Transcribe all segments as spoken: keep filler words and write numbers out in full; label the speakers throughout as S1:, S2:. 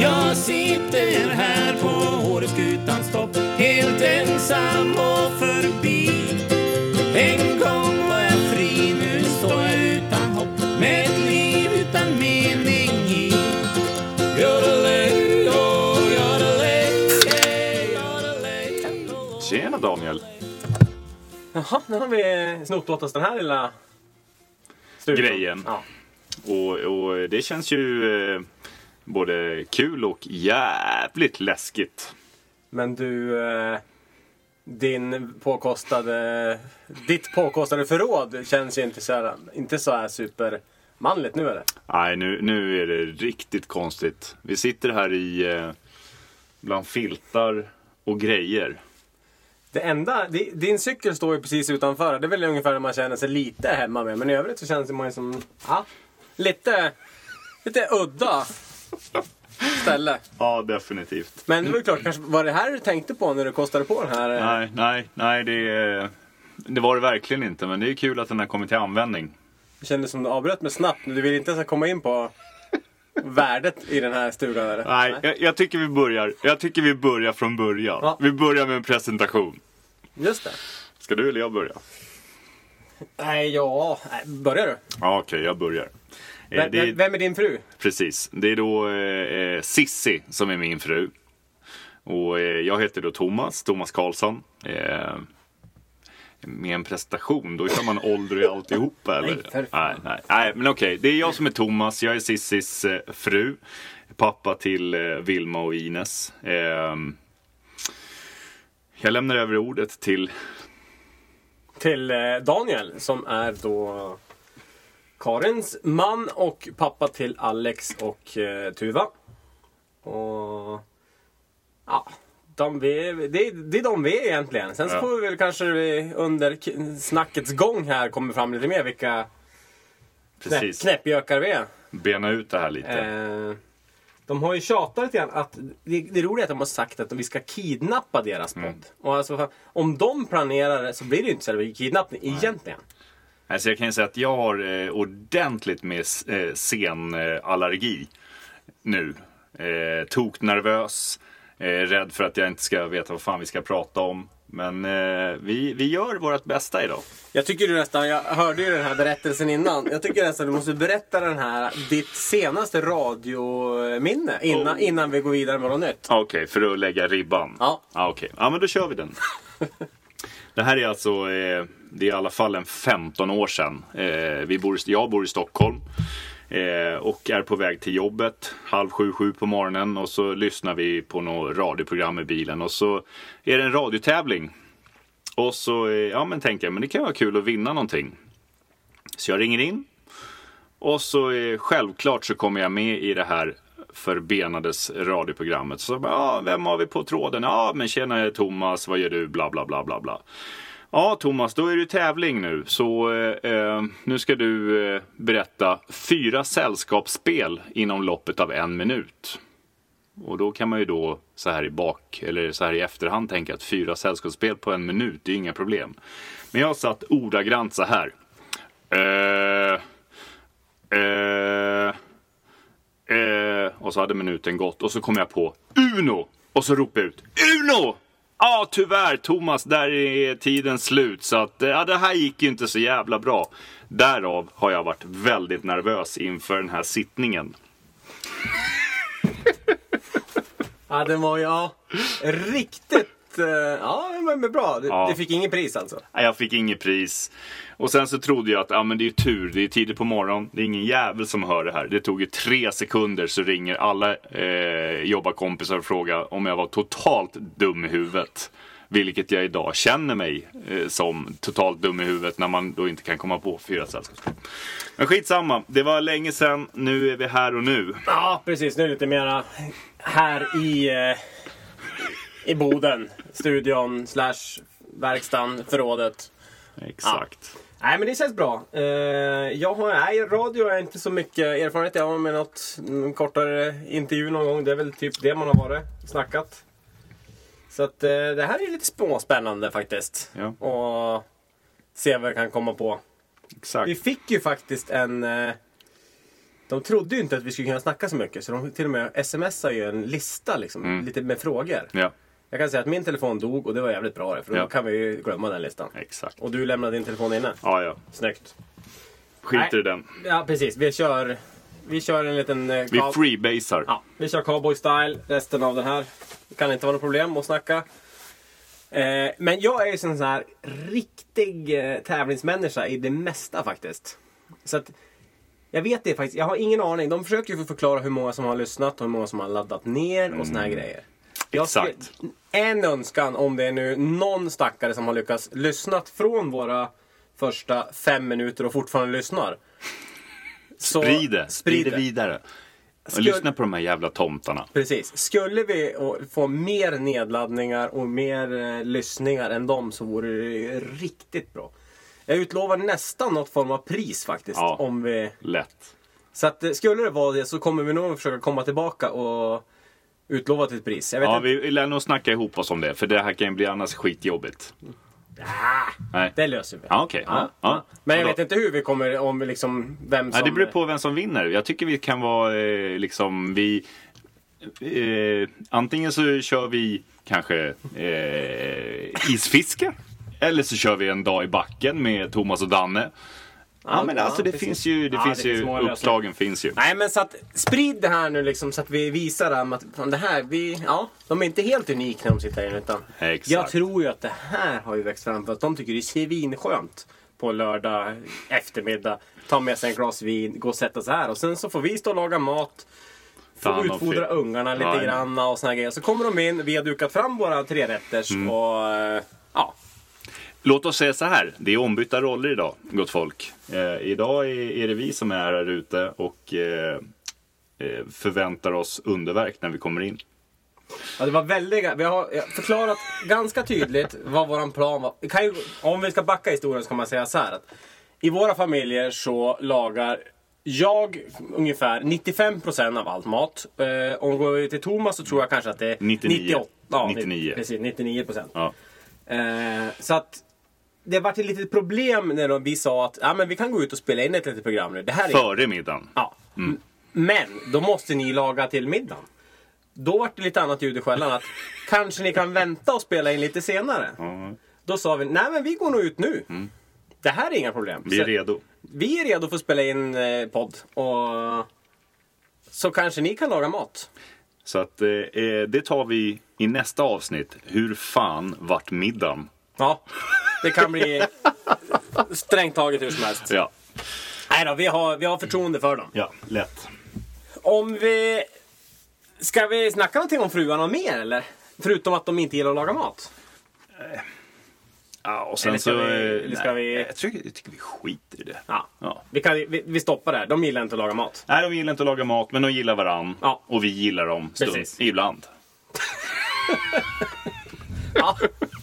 S1: Jag sitter här på Åreskutans topp, helt ensam och förbi. En gång var jag fri, nu står jag utan hopp, med ett liv utan mening i. Yodelay, oh, yodelay, yeah, yodelay, oh.
S2: Tjena Daniel.
S3: Jaha, nu har vi snott åt oss den här lilla studion.
S2: Grejen.
S3: Ja.
S2: Och, och det känns ju eh, både kul och jävligt läskigt.
S3: Men du, eh, din påkostade, ditt påkostade förråd känns ju inte så här, inte så här supermanligt nu, eller?
S2: Nej, nu, nu är det riktigt konstigt. Vi sitter här i eh, bland filtar och grejer.
S3: Det enda, di- din cykel står ju precis utanför. Det är väl ungefär när man känner sig lite hemma med. Men i övrigt så känns det man ju som, ja, lite, lite udda ställe.
S2: Ja, definitivt.
S3: Men det var ju klart, kanske var det här du tänkte på när du kostade på den här? eh,
S2: Nej, nej, nej det, det var det verkligen inte. Men det är kul att den har kommit till användning.
S3: Det kändes som du avbröt mig snabbt. Du vill inte ens komma in på värdet i den här stugan, eller?
S2: Nej, jag, jag tycker vi börjar. Jag tycker vi börjar från början.
S3: Ja.
S2: Vi börjar med en presentation.
S3: Just det.
S2: Ska du eller jag börja?
S3: Nej, ja. Nej, börjar du?
S2: Ja, okej, jag börjar. Eh,
S3: Vem,
S2: det är,
S3: vem- vem är din fru?
S2: precis. Det är då eh, Sissi som är min fru. Och eh, jag heter då Thomas, Thomas Karlsson. Eh, med en prestation, då är man ålder i alltihopa, eller?
S3: Nej, för fan.
S2: nej, nej, nej, men okej. Det är jag som är Thomas, jag är Sissis eh, fru. Pappa till eh, Vilma och Ines. Eh, jag lämnar över ordet till...
S3: Till eh, Daniel, som är då Karins man och pappa till Alex och eh, Tuva. Och ja, de vi, det, det är de vi är egentligen. Sen så
S2: Ja.
S3: får vi väl kanske vi under k- snackets gång här kommer fram lite mer vilka knä,
S2: Precis.
S3: knäppjökar vi är.
S2: Bena ut det här lite.
S3: Eh, de har ju tjatat lite grann att det, det roliga är att de har sagt att vi ska kidnappa deras podd.
S2: Mm.
S3: Och alltså, fan, om de planerar det så blir det ju inte så här kidnappning egentligen.
S2: Alltså jag kan ju säga att jag har eh, ordentligt med eh, scenallergi nu. Eh, tok nervös. Eh, rädd för att jag inte ska veta vad fan vi ska prata om. Men eh, vi, vi gör vårt bästa idag.
S3: Jag tycker du nästan, jag hörde ju den här berättelsen innan. Jag tycker nästan du måste berätta den här, ditt senaste radiominne innan,
S2: Oh.
S3: innan vi går vidare med något nytt.
S2: Okej, okay, för att lägga ribban.
S3: Ja.
S2: Ah, Okej, okay. Ja men då kör vi den. Det här är alltså, eh, det är i alla fall en femton år sedan. Eh, vi bor, jag bor i Stockholm. Eh, och är på väg till jobbet halv sju, sju på morgonen. Och så lyssnar vi på något radioprogram i bilen. Och så är det en radiotävling. Och så eh, ja, men tänker jag, men det kan vara kul att vinna någonting. Så jag ringer in. Och så eh, självklart så kommer jag med i det här förbenades radioprogrammet. Så bara, ja, vem har vi på tråden? Ja, men tjena Thomas, vad gör du? Bla bla bla bla bla. Ja, Thomas, då är det tävling nu. Så eh, nu ska du eh, berätta fyra sällskapsspel inom loppet av en minut. Och då kan man ju då så här i bak, eller så här i efterhand tänka att fyra sällskapsspel på en minut, det är inga problem. Men jag har satt ordagrant så här. Eh, eh, eh, och så hade minuten gått och så kom jag på Uno. Och så ropade jag ut Uno! Ja, tyvärr Thomas, där är tiden slut. Så att, ja, det här gick ju inte så jävla bra. Därav har jag varit väldigt nervös inför den här sittningen.
S3: Ja, den var ju ja, riktigt, eh, ja men men bra. Du,
S2: Ja.
S3: du fick ingen pris alltså?
S2: Nej, jag fick inget pris. Och sen så trodde jag att ja, men det är tur, det är tidigt på morgonen. Det är ingen jävel som hör det här. Det tog ju tre sekunder så ringer alla eh, jobbarkompisar och frågar om jag var totalt dum i huvudet. Vilket jag idag känner mig eh, som totalt dum i huvudet när man då inte kan komma på fyra sällskapsspel. Men skitsamma, det var länge sedan, nu är vi här och nu.
S3: Ja, precis. Nu är det lite mera här i, eh, i Boden. Studion, slash verkstaden, förrådet.
S2: Exakt.
S3: Nej, men det känns bra. Eh, jag har, nej, radio har jag inte så mycket erfarenhet. Jag har med något mm, kortare intervju någon gång. Det är väl typ det man har varit snackat. Så att eh, det här är lite småspännande faktiskt.
S2: Ja.
S3: Och se vad jag kan komma på.
S2: Exakt.
S3: Vi fick ju faktiskt en, eh, De trodde ju inte att vi skulle kunna snacka så mycket. Så de till och med smsar ju en lista liksom,
S2: Mm.
S3: lite med frågor.
S2: Ja,
S3: Jag kan säga att min telefon dog och det var jävligt bra det, för då
S2: Ja.
S3: kan vi ju glömma den listan.
S2: exakt.
S3: Och du lämnade din telefon inne.
S2: Ja, ja.
S3: Snyggt.
S2: Skiter i den.
S3: Ja, precis. Vi kör, vi kör en liten... Eh,
S2: Vi
S3: cow-
S2: freebasar.
S3: Ja, vi kör cowboy style resten av den här. Det kan inte vara något problem att snacka. Eh, men jag är ju en sån här riktig eh, tävlingsmänniska i det mesta faktiskt. Så att jag vet det faktiskt. Jag har ingen aning. De försöker ju förklara hur många som har lyssnat och hur många som har laddat ner och såna här grejer. Jag
S2: Exakt.
S3: skulle- En önskan om det är nu någon stackare som har lyckats lyssnat från våra första fem minuter och fortfarande lyssnar. Så,
S2: Sprid det. Sprid det
S3: det.
S2: vidare. Och
S3: Skulle-
S2: lyssna på de här jävla tomtarna.
S3: Precis. Skulle vi å- få mer nedladdningar och mer eh, lyssningar än dem så vore det riktigt bra. Jag utlovar nästan något form av pris faktiskt.
S2: Ja.
S3: Om vi...
S2: Lätt.
S3: Så att, eh, skulle det vara det så kommer vi nog försöka komma tillbaka och utlova till ett pris. Jag vet
S2: Ja,
S3: inte.
S2: vi lär nog snacka ihop oss om det. För det här kan ju bli annars skitjobbigt. Nej.
S3: Det löser vi.
S2: Ja, okej. Ja, ja.
S3: Men jag
S2: Vadå?
S3: vet inte hur vi kommer, om vi liksom, vem som...
S2: Ja, det beror på vem som vinner. Jag tycker vi kan vara eh, liksom vi eh, antingen så kör vi kanske eh, isfiske. Eller så kör vi en dag i backen med Thomas och Danne. Ja, men
S3: ja,
S2: alltså det
S3: precis.
S2: finns ju, det
S3: Ja,
S2: finns
S3: det finns
S2: ju
S3: många lösningar.
S2: uppslagen finns ju.
S3: Nej, men så att sprid det här nu liksom så att vi visar dem att fan, det här, vi, ja, de är inte helt unika när de sitter här inne, utan
S2: Exakt.
S3: jag tror ju att det här har ju växt fram för att de tycker det är svinskönt på lördag eftermiddag, ta med sig en glas vin, gå och sätta sig här och sen så får vi stå och laga mat,
S2: Ta
S3: få
S2: hand om
S3: utfodra
S2: film.
S3: ungarna lite
S2: Ja, ja.
S3: grann och såna här grejer. Så kommer de in, vi har dukat fram våra trerätters
S2: Mm.
S3: och eh, ja,
S2: Låt oss säga så här, det är ombytta roller idag, gott folk. Eh, idag är, är det vi som är här ute och eh, eh, förväntar oss underverk när vi kommer in.
S3: Ja, det var väldigt, vi har förklarat ganska tydligt vad våran plan var. Vi kan ju, om vi ska backa historien så kan man säga så här att i våra familjer så lagar jag ungefär nittiofem procent av allt mat. Eh, om vi går till Thomas så tror jag kanske att det är
S2: nittionio.
S3: nittioåtta. Ja,
S2: nittionio.
S3: Precis, nittionio procent.
S2: Ja.
S3: Eh, så att det var ett litet problem när de, vi sa att ja, men vi kan gå ut och spela in ett litet program nu. Det här är
S2: Före middagen.
S3: Ja. Men då måste ni laga till middagen. Då var det lite annat ljud i skällan att kanske ni kan vänta och spela in lite senare.
S2: Ja,
S3: Då sa vi, nej men vi går nog ut nu. Det här är inga problem.
S2: vi är
S3: Så-
S2: redo.
S3: vi är redo för att spela in eh, podd. Och så kanske ni kan laga mat.
S2: Så att eh, eh, det tar vi i nästa avsnitt. Hur fan vart middagen?
S3: Ja, det kan bli strängt taget hur som helst.
S2: Ja,
S3: Nej då, vi har, vi har förtroende för dem.
S2: ja lätt.
S3: Om vi... Ska vi snacka någonting om fruarna mer eller? Förutom att de inte gillar att laga mat.
S2: Ja, och sen
S3: Eller ska
S2: så...
S3: vi-
S2: eh,
S3: eller ska
S2: nej,
S3: vi-
S2: Jag, tycker, jag tycker vi skiter i det.
S3: Ja.
S2: Ja.
S3: Vi, kan, vi, vi stoppar där. De gillar inte att laga mat.
S2: Nej, de gillar inte att laga mat, men de gillar varann.
S3: Ja.
S2: Och vi gillar dem stund,
S3: Precis.
S2: ibland.
S3: Ja.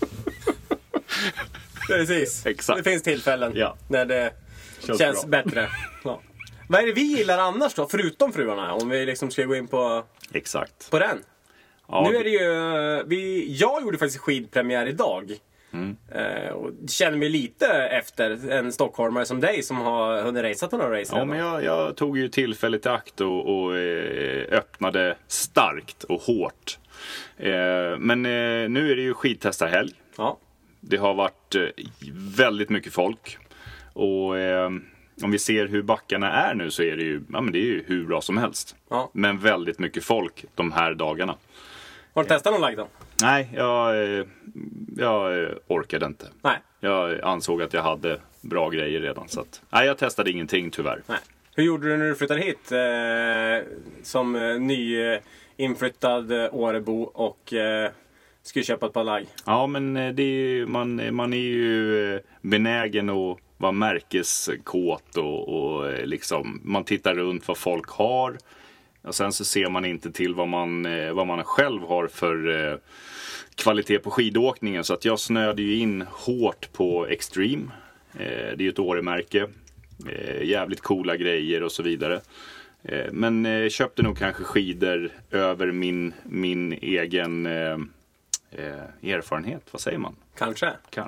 S3: Precis.
S2: Exakt.
S3: Det finns tillfällen
S2: Ja.
S3: när det
S2: Känns
S3: känns
S2: bra.
S3: bättre. Ja. Vad är det vi gillar annars då? Förutom fruarna. Om vi liksom ska gå in på,
S2: Exakt.
S3: på den.
S2: Ja,
S3: Nu är det ju... Vi, jag gjorde faktiskt skidpremiär idag.
S2: Mm.
S3: Eh, och känner mig lite efter en stockholmare som dig som har hunnit racea på några race
S2: Ja,
S3: redan.
S2: men jag, jag tog ju tillfället i akt och, och eh, öppnade starkt och hårt. Eh, men eh, nu är det ju skidtestarhelg.
S3: Ja.
S2: Det har varit eh, väldigt mycket folk. Och eh, om vi ser hur backarna är nu så är det ju, ja, men det är ju hur bra som helst.
S3: Ja.
S2: Men väldigt mycket folk de här dagarna.
S3: Har du testat någon lag då?
S2: Nej, jag, eh, jag eh, orkade inte.
S3: Nej.
S2: Jag ansåg att jag hade bra grejer redan. Så att, nej, jag testade ingenting tyvärr.
S3: Nej. Hur gjorde du när du flyttade hit? Eh, som eh, ny eh, inflyttad eh, Årebo och eh, skulle köpa ett par lag.
S2: Ja, men eh, det är ju, man, man är ju eh, benägen att vara märkeskåt och, och eh, liksom, man tittar runt vad folk har. Och sen så ser man inte till vad man, eh, vad man själv har för eh, kvalitet på skidåkningen. Så att jag snöade ju in hårt på Extreme. Eh, det är ju ett Åremärke. Eh, jävligt coola grejer och så vidare. Eh, men eh, köpte nog kanske skidor över min, min egen eh, eh, erfarenhet. Vad säger man?
S3: Kanske.
S2: Kanske.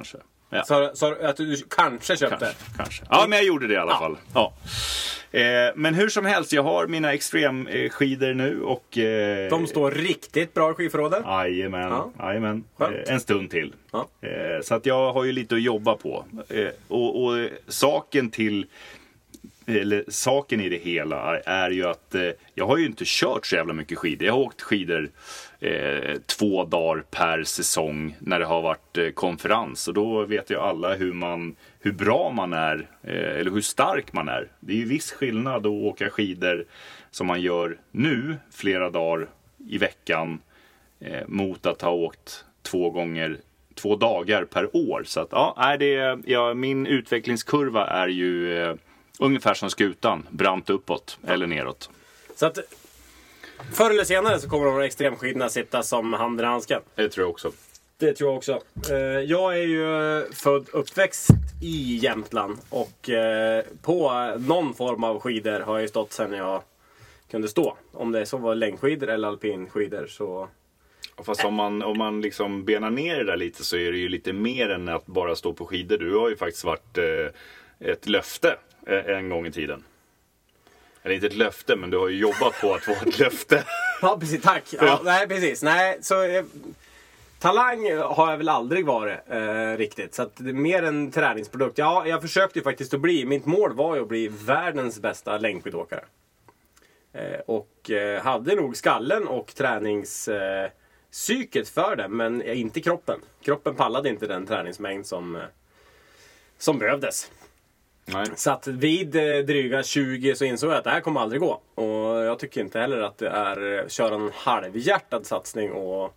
S2: Ja.
S3: Så, så att du kanske köpte?
S2: Kanske, kanske. Ja, men jag gjorde det i alla
S3: Ja.
S2: fall. Ja. Eh, men hur som helst, jag har mina extremskidor nu och... Eh,
S3: De står riktigt bra i skivförrådet.
S2: Jajamän,
S3: Ja.
S2: jajamän.
S3: Skönt.
S2: Eh, en stund till.
S3: Ja.
S2: Eh, så att jag har ju lite att jobba på. Eh, och, och saken till... Eller saken i det hela är ju att eh, jag har ju inte kört så jävla mycket skidor. Jag har åkt skidor eh, två dagar per säsong när det har varit eh, konferens. Och då vet ju alla hur, man, hur bra man är eh, eller hur stark man är. Det är ju viss skillnad att åka skidor som man gör nu flera dagar i veckan eh, mot att ha åkt två gånger två dagar per år. Så att ja, är det, ja min utvecklingskurva är ju eh, ungefär som skutan, brant uppåt eller neråt.
S3: Så att förr eller senare så kommer de här extremskidorna sitta som handen i handsken.
S2: Det tror jag också.
S3: Det tror jag också. Eh, Jag är ju född uppväxt i Jämtland och eh, på någon form av skidor har jag ju stått sedan jag kunde stå. Om det så var längdskidor eller alpinskidor så...
S2: Fast om man, om man liksom benar ner det där lite så är det ju lite mer än att bara stå på skidor. Du har ju faktiskt varit eh, ett löfte eh, en gång i tiden. Eller inte ett löfte, men du har ju jobbat på att vara ett löfte.
S3: Ja, precis. Tack. Ja,
S2: Ja.
S3: Nej, precis. Nej, så... Eh, talang har jag väl aldrig varit eh, riktigt. Så att det är mer en träningsprodukt. Ja, jag försökte ju faktiskt att bli... Mitt mål var ju att bli världens bästa längdskidåkare. Eh, och eh, hade nog skallen och tränings... Eh, psyket för det, men inte kroppen. Kroppen pallade inte den träningsmängd som, eh, som behövdes.
S2: Nej.
S3: Så att vid eh, dryga tjugo så insåg jag att det här kommer aldrig gå. Och jag tycker inte heller att det är eh, köra en halvhjärtad satsning och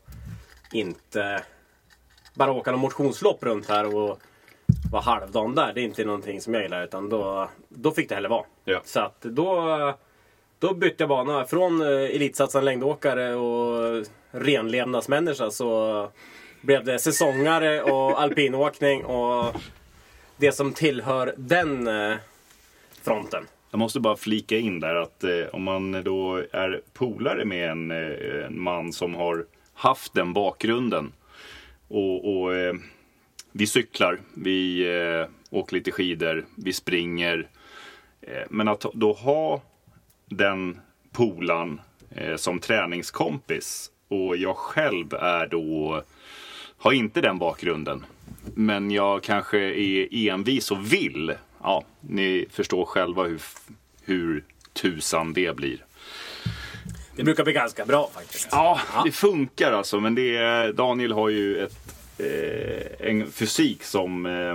S3: inte bara åka någon motionslopp runt här och vara halvdan där. Det är inte någonting som jag gillar, utan då, då fick det heller vara.
S2: Ja.
S3: Så att då, då bytte jag bana från eh, elitsatsande längdåkare och renlevnadsmänniska, så blev det säsongare och alpinåkning och det som tillhör den eh, fronten.
S2: Jag måste bara flika in där att eh, om man då är polare med en, eh, en man som har haft den bakgrunden och, och eh, vi cyklar, vi eh, åker lite skidor, vi springer. Eh, men att då ha den polan eh, som träningskompis och jag själv är då, har inte den bakgrunden. Men jag kanske är envis och vill. Ja, ni förstår själva hur, hur tusan det blir.
S3: Det brukar bli ganska bra faktiskt.
S2: Ja, det funkar alltså. Men det är, Daniel har ju ett, eh, en fysik som... Eh,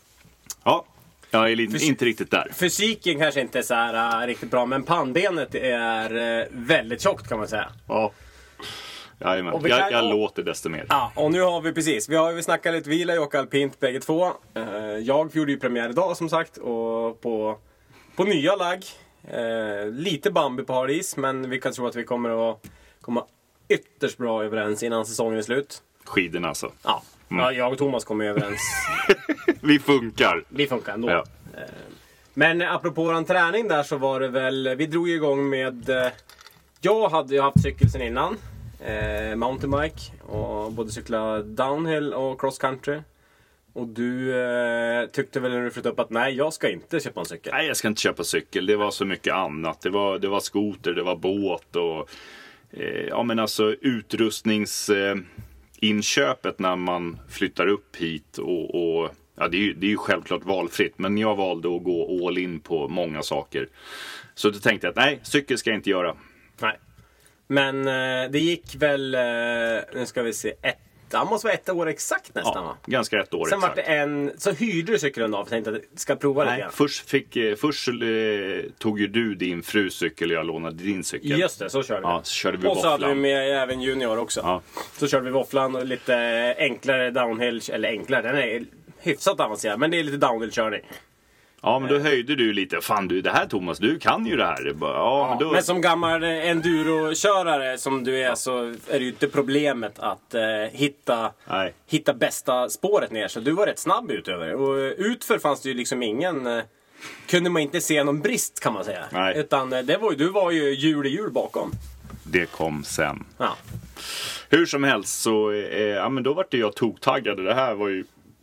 S2: ja, jag är lite,
S3: Fys-
S2: inte riktigt där.
S3: Fysiken kanske inte är så här uh, riktigt bra, men pannbenet är uh, väldigt tjockt kan man säga.
S2: Ja. Jajamän.
S3: Och vi kan-
S2: Jag, jag
S3: och-
S2: låter desto mer.
S3: Ja, och nu har vi precis, vi har ju snackat lite, vi gillar ju åka alpint bägge två. Uh, jag gjorde ju premiär idag som sagt, och på, på nya lag. Uh, lite Bambi på hard is, men vi kan tro att vi kommer att komma ytterst bra överens innan säsongen är slut.
S2: Skidorna alltså.
S3: Ja,
S2: Mm.
S3: ja jag och Thomas kommer överens.
S2: Vi funkar.
S3: Vi funkar ändå.
S2: Ja.
S3: Eh, Men apropå våran träning där så var det väl, vi drog ju igång med, eh, jag hade ju haft cykel sen innan, eh, mountainbike, och både cykla downhill och cross country. Och du eh, tyckte väl när du flyttade upp att nej, jag ska inte köpa en cykel.
S2: Nej, jag ska inte köpa cykel. Det var så mycket annat. Det var, det var skoter, det var båt och eh, ja men alltså utrustningsinköpet eh, inköpet när man flyttar upp hit och, och ja, det är ju, det är ju självklart valfritt, men jag valde att gå all in på många saker. Så då tänkte jag att nej, cykel ska jag inte göra.
S3: Nej. Men eh, det gick väl, eh, nu ska vi se, ett, det måste vara ett år exakt nästan, va?
S2: Ja, ganska ett år
S3: Sen var
S2: exakt.
S3: det en, så hyrde du cykeln då för tänkte att jag ska prova
S2: Nej,
S3: lite grann.
S2: först, fick, eh, först eh, tog ju du din frus cykel och jag lånade din cykel.
S3: Just det, så körde vi.
S2: Ja, så körde vi
S3: och så hade vi
S2: våfflan.
S3: med även Junior också.
S2: Ja.
S3: Så körde vi våfflan och lite enklare downhill, eller enklare, den är hyfsat avancerad, men det är lite downhill-körning.
S2: Ja, men då höjde du lite. Fan du, det här Thomas, du kan ju det här. Det bara, ja,
S3: Ja,
S2: men då...
S3: men som gammal enduro-körare som du är, så är det ju inte problemet att eh, hitta,
S2: Nej.
S3: hitta bästa spåret ner. Så du var rätt snabb ut över det. Och utför fanns det ju liksom ingen... Eh, kunde man inte se någon brist kan man säga.
S2: Nej.
S3: Utan eh, det var ju, du var ju hjul i hjul bakom.
S2: Det kom sen.
S3: Ja.
S2: Hur som helst så, eh, ja men då var det jag toktaggade. Det här var ju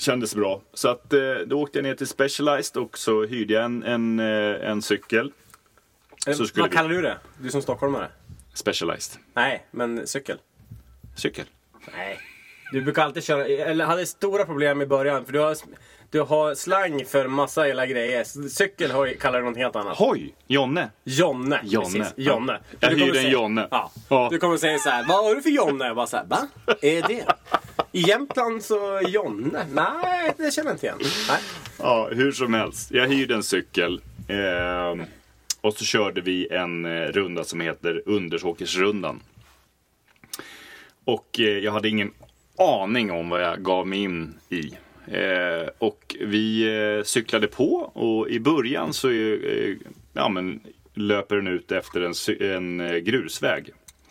S2: kändes bra. Så att, eh, då åkte jag ner till Specialized och så hyrde jag en, en, eh, en cykel.
S3: Eh,
S2: Så skulle
S3: vad
S2: vi-
S3: kallar du det? Du som stockholmare?
S2: Specialized.
S3: Nej, men cykel.
S2: Cykel.
S3: Nej. Du brukar alltid köra, eller hade stora problem i början för du har, du har slang för massa hela grejer. Cykel har, kallar du något helt annat.
S2: Hoj! Jonne.
S3: Jonne.
S2: Jonne.
S3: Precis. Jonne.
S2: Ja. Jag
S3: Du kommer
S2: hyrde en
S3: säga-
S2: Jonne.
S3: Ja.
S2: Ja.
S3: Du kommer säga så här: vad har du för Jonne? Jag bara så här: va? Är det? I Jämtland så Jonne? Nej, det känner jag inte igen. Nej.
S2: Ja, hur som helst. Jag hyrde en cykel. Eh, och så körde vi en eh, runda som heter Undersåkersrundan. Och eh, jag hade ingen aning om vad jag gav mig in i. Eh, och vi eh, cyklade på och i början så eh, ja, men, löper den ut efter en, cy- en eh, grusväg.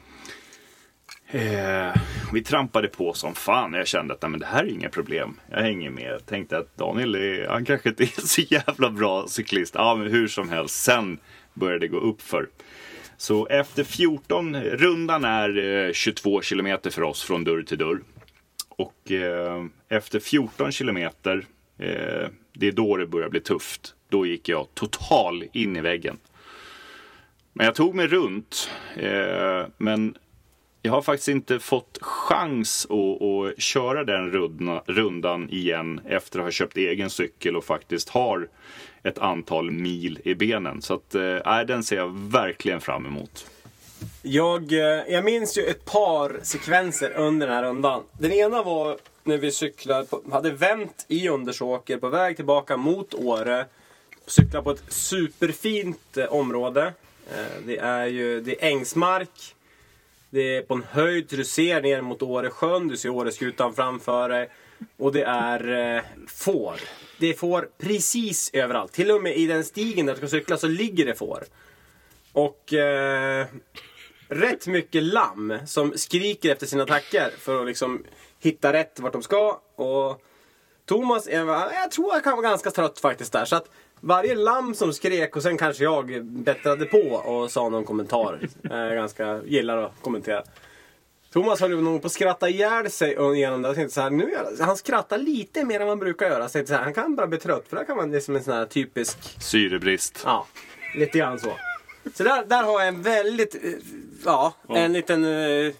S2: Eh, vi trampade på som fan. Jag kände att nej, men det här är inga problem. Jag hänger med. Jag tänkte att Daniel är, han kanske inte är så jävla bra cyklist. Ja, men hur som helst. Sen började det gå upp för. Så efter fjorton, rundan är eh, tjugotvå kilometer för oss från dörr till dörr. Och eh, efter fjorton kilometer, eh, det är då det börjar bli tufft. Då gick jag total in i väggen. Men jag tog mig runt. Eh, men jag har faktiskt inte fått chans att, att köra den rundna, rundan igen efter att ha köpt egen cykel och faktiskt har ett antal mil i benen. Så att, äh, den ser jag verkligen fram emot.
S3: Jag, eh, jag minns ju ett par sekvenser under den här rundan. Den ena var när vi cyklade på, hade vänt i Undersåker på väg tillbaka mot Åre. Cyklar på ett superfint eh, område. Eh, det är ju det är ängsmark. Det är på en höjd, du ser ner mot Åresjön, du ser Åreskutan framför dig. Och det är eh, får. Det är får precis överallt. Till och med i den stigen där du ska cykla så ligger det får. Och eh, rätt mycket lamm som skriker efter sina attacker för att liksom hitta rätt vart de ska. Och Thomas, är, jag tror jag kan vara ganska trött faktiskt där. Så att varje lamm som skrek och sen kanske jag bättrade på och sa någon kommentar. Jag ganska gillar att kommentera. Thomas höll nog på att skratta ihjäl sig genom det. Jag tänkte så här, nu, han skrattar lite mer än man brukar göra. Så jag tänkte så här, han kan bara bli trött för det kan man liksom en sån här typisk...
S2: Syrebrist.
S3: Ja, lite grann så. Så där, där har jag en väldigt, eh, ja,
S2: Ja.
S3: en liten eh,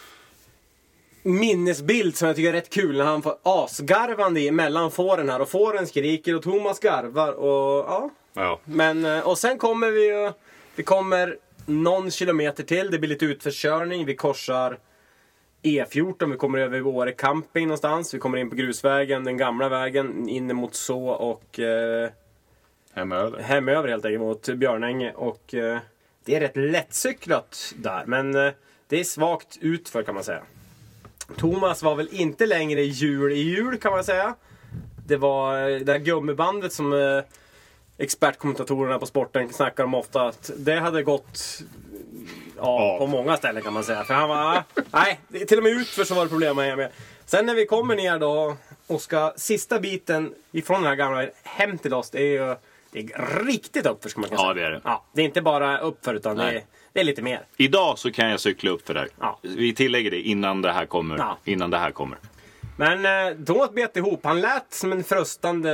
S3: minnesbild som jag tycker är rätt kul. När han får asgarvande emellan fåren här. Och fåren skriker och Thomas garvar och ja.
S2: Ja.
S3: Men, eh, och sen kommer vi ju, vi kommer någon kilometer till. Det blir lite utförskörning. Vi korsar E fjorton. Vi kommer över Åre camping någonstans. Vi kommer in på grusvägen, den gamla vägen, in mot så och... Eh,
S2: Hemöver.
S3: hemöver helt enkelt mot Björnänge och eh, det är rätt lättcyklat där men eh, det är svagt utför kan man säga. Thomas var väl inte längre jul i jul kan man säga. Det var eh, det här gummibandet som eh, expertkommentatorerna på sporten snackar om ofta att det hade gått ja,
S2: Ja.
S3: på många ställen kan man säga. För han var, nej, det- till och med utför så var det problem med med. Sen när vi kommer ner då och ska sista biten ifrån den här gamla hem till oss, det är ju det är riktigt uppför ska man kunna
S2: Ja,
S3: säga.
S2: det är det.
S3: Ja, det är inte bara uppför utan det är,
S2: Nej.
S3: det är lite mer.
S2: Idag så kan jag cykla upp för det här.
S3: Ja.
S2: Vi tillägger det innan det här kommer.
S3: Ja.
S2: Innan det här kommer.
S3: Men eh, Thomas bet ihop. Han lät som en frustande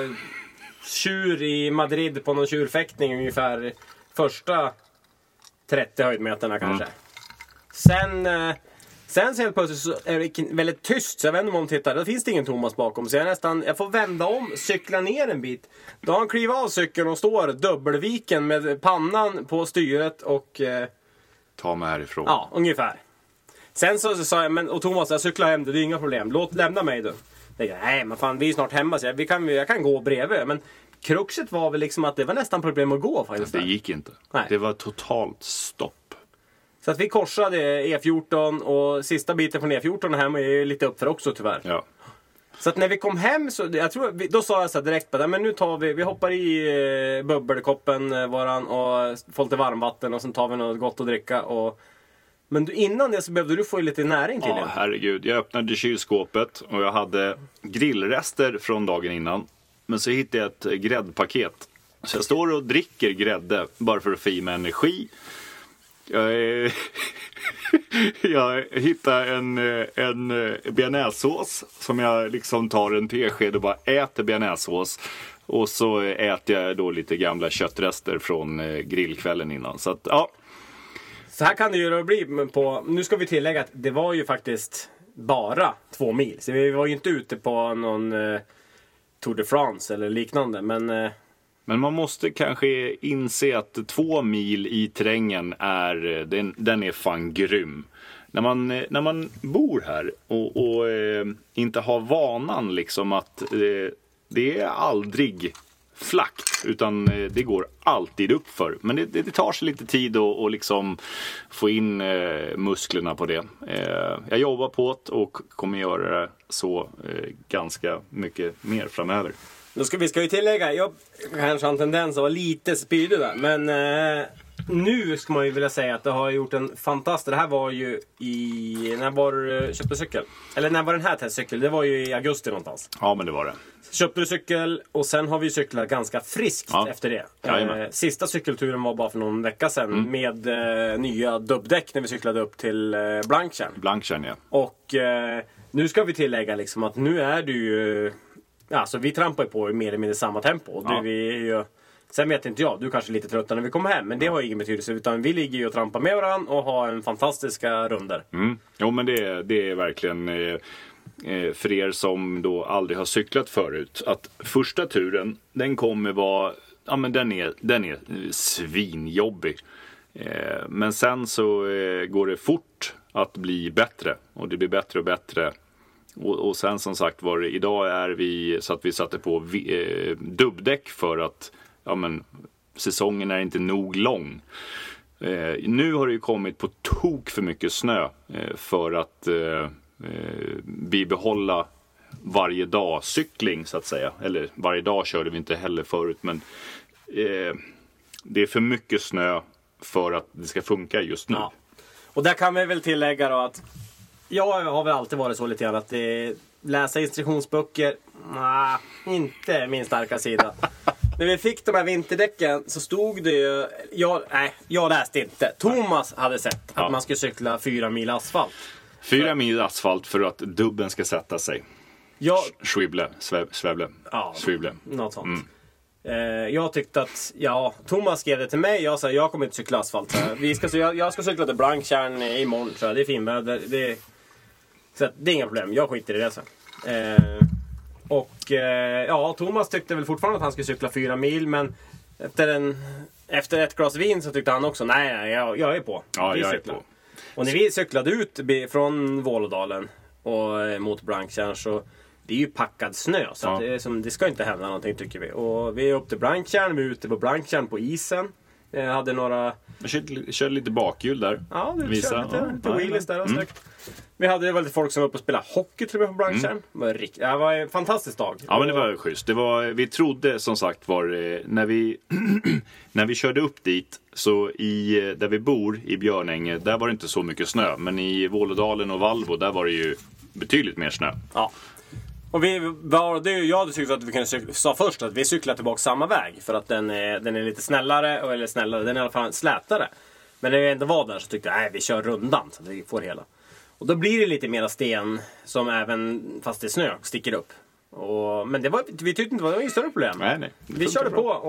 S3: tjur i Madrid på någon tjurfäktning ungefär första trettio höjdmeterna kanske.
S2: Mm.
S3: Sen, eh, sen så helt plötsligt så är det väldigt tyst. Så jag vänder mig om och tittar. Då finns det ingen Thomas bakom. Så jag nästan, jag får vända om, cykla ner en bit. Då har han klivit av cykeln och står dubbelviken med pannan på styret och... Eh,
S2: Ta mig härifrån.
S3: Ja, ungefär. Sen så, så sa jag, men och Thomas, jag cyklar hem, det är inga problem. Låt lämna mig du. Jag tänkte, nej, men fan, vi är snart hemma, så jag, vi kan, jag kan gå bredvid. Men kruxet var väl liksom att det var nästan problem att gå faktiskt.
S2: Det
S3: där.
S2: gick inte.
S3: Nej.
S2: Det var totalt stopp.
S3: Så att vi korsade E fjorton och sista biten från E fjorton hem är ju lite uppför också tyvärr.
S2: Ja.
S3: Så att när vi kom hem så, jag tror, vi, då sa jag så här direkt, bara, men nu tar vi, vi hoppar i eh, bubbelkoppen eh, våran och får lite varmvatten och sen tar vi något gott att dricka och... Men du, innan det så behövde du få lite näring till
S2: Ja,
S3: det.
S2: herregud. Jag öppnade kylskåpet och jag hade grillrester från dagen innan. Men så hittade jag ett gräddpaket. Så jag står och dricker grädde bara för att få i mig energi. Jag, jag hittade en, en bearnaisesås som jag liksom tar en tesked och bara äter bearnaisesås. Och så äter jag då lite gamla köttrester från grillkvällen innan. Så att, ja.
S3: Så här kan det ju då bli på... Nu ska vi tillägga att det var ju faktiskt bara två mil. Så vi var ju inte ute på någon eh, Tour de France eller liknande. Men... Eh,
S2: Men man måste kanske inse att två mil i terrängen är, den, den är fan grym. När man, när man bor här och, och eh, inte har vanan liksom att eh, det är aldrig flackt, utan eh, det går alltid upp för. Men det, det, det tar sig lite tid att och liksom få in eh, musklerna på det. Eh, jag jobbar på det och kommer göra det så eh, ganska mycket mer framöver.
S3: Då ska vi ska ju tillägga, jag kanske har en tendens att vara lite spydig där, men eh, nu ska man ju vilja säga att det har gjort en fantastisk... Det här var ju i... När var du köpte cykel? Eller när var den här testcykeln? Det var ju i augusti någonstans.
S2: Ja, men det var det.
S3: Köpte du cykel och sen har vi cyklat ganska friskt ja. efter det. Eh, sista cykelturen var bara för någon vecka sedan mm. med eh, nya dubbdäck när vi cyklade upp till eh, Blanktjärn.
S2: Blanktjärn, ja.
S3: Och eh, nu ska vi tillägga liksom att nu är du ju... Alltså vi trampar ju på mer eller mindre samma tempo. Ja. Det vi är ju, sen vet inte jag, du kanske är lite trött när vi kommer hem. Men det har ingen betydelse, utan vi ligger ju och trampar med varandra och har en fantastiska runder.
S2: Mm. Jo, men det, det är verkligen eh, för er som då aldrig har cyklat förut. Att första turen, den kommer vara, ja men den är, den är svinjobbig. Eh, men sen så eh, går det fort att bli bättre. Och det blir bättre och bättre. Och, och sen som sagt var det, idag är vi så att vi satte på vi, eh, dubbdäck för att ja, men, säsongen är inte nog lång. Eh, nu har det ju kommit på tok för mycket snö eh, för att eh, eh, bibehålla varje dag cykling så att säga. Eller varje dag körde vi inte heller förut, men eh, det är för mycket snö för att det ska funka just nu. Ja.
S3: Och där kan vi väl tillägga då att jag har väl alltid varit så lite grann att det, läsa instruktionsböcker, nah, inte min starka sida. När vi fick de här vinterdäcken så stod det ju, jag, nej, jag läste inte. Thomas hade sett att ja. man skulle cykla fyra mil asfalt.
S2: Fyra för, mil asfalt för att dubben ska sätta sig.
S3: Jag,
S2: Swible, sväv, svävle,
S3: ja,
S2: swible.
S3: Något sånt. Mm. Eh, jag tyckte att, ja, Thomas skrev det till mig. Jag sa, jag kommer inte cykla asfalt. Så vi ska, så jag, jag ska cykla till Blanktjärn imorgon, så det är finväder. Det, så att, det är inga problem, jag skiter i det sen. Eh, och eh, ja, Thomas tyckte väl fortfarande att han skulle cykla fyra mil. Men efter, en, efter ett glas vin så tyckte han också, nej, nej jag, jag är på.
S2: Ja,
S3: vi
S2: jag
S3: cyklar.
S2: är på.
S3: Och när vi cyklade ut från Vålådalen och mot Blanktjärn så det är ju packad snö, så ja. att det, är som, det ska inte hända någonting tycker vi. Och vi är upp till Blanktjärn, vi är ute på Blanktjärn på isen. Jag hade några...
S2: Jag körde, körde lite bakhjul där.
S3: Ja, det
S2: Visa.
S3: körde lite,
S2: ja,
S3: lite wheelies där och mm. Vi hade väldigt folk som var uppe och spelade hockey tror jag på Blanktjärn. Mm. Det, var rikt... det var en fantastisk dag.
S2: Ja, men det var schysst. Det var, vi trodde som sagt var när vi, när vi körde upp dit så i, där vi bor i Björnänge, där var det inte så mycket snö. Men i Vålådalen och Valbo, där var det ju betydligt mer snö.
S3: Ja. Och vi var, det, jag hade tyckt att vi kunde cykla, sa först att vi cyklar tillbaka samma väg. För att den är, den är lite snällare, eller snällare, den är i alla fall slätare. Men när vi ändå var där så tyckte jag, nej vi kör rundan så att vi får hela. Och då blir det lite mera sten som även, fast det är snö, sticker upp. Och, men det var, vi tyckte inte det var något större problem.
S2: Nej, nej.
S3: Vi körde bra. på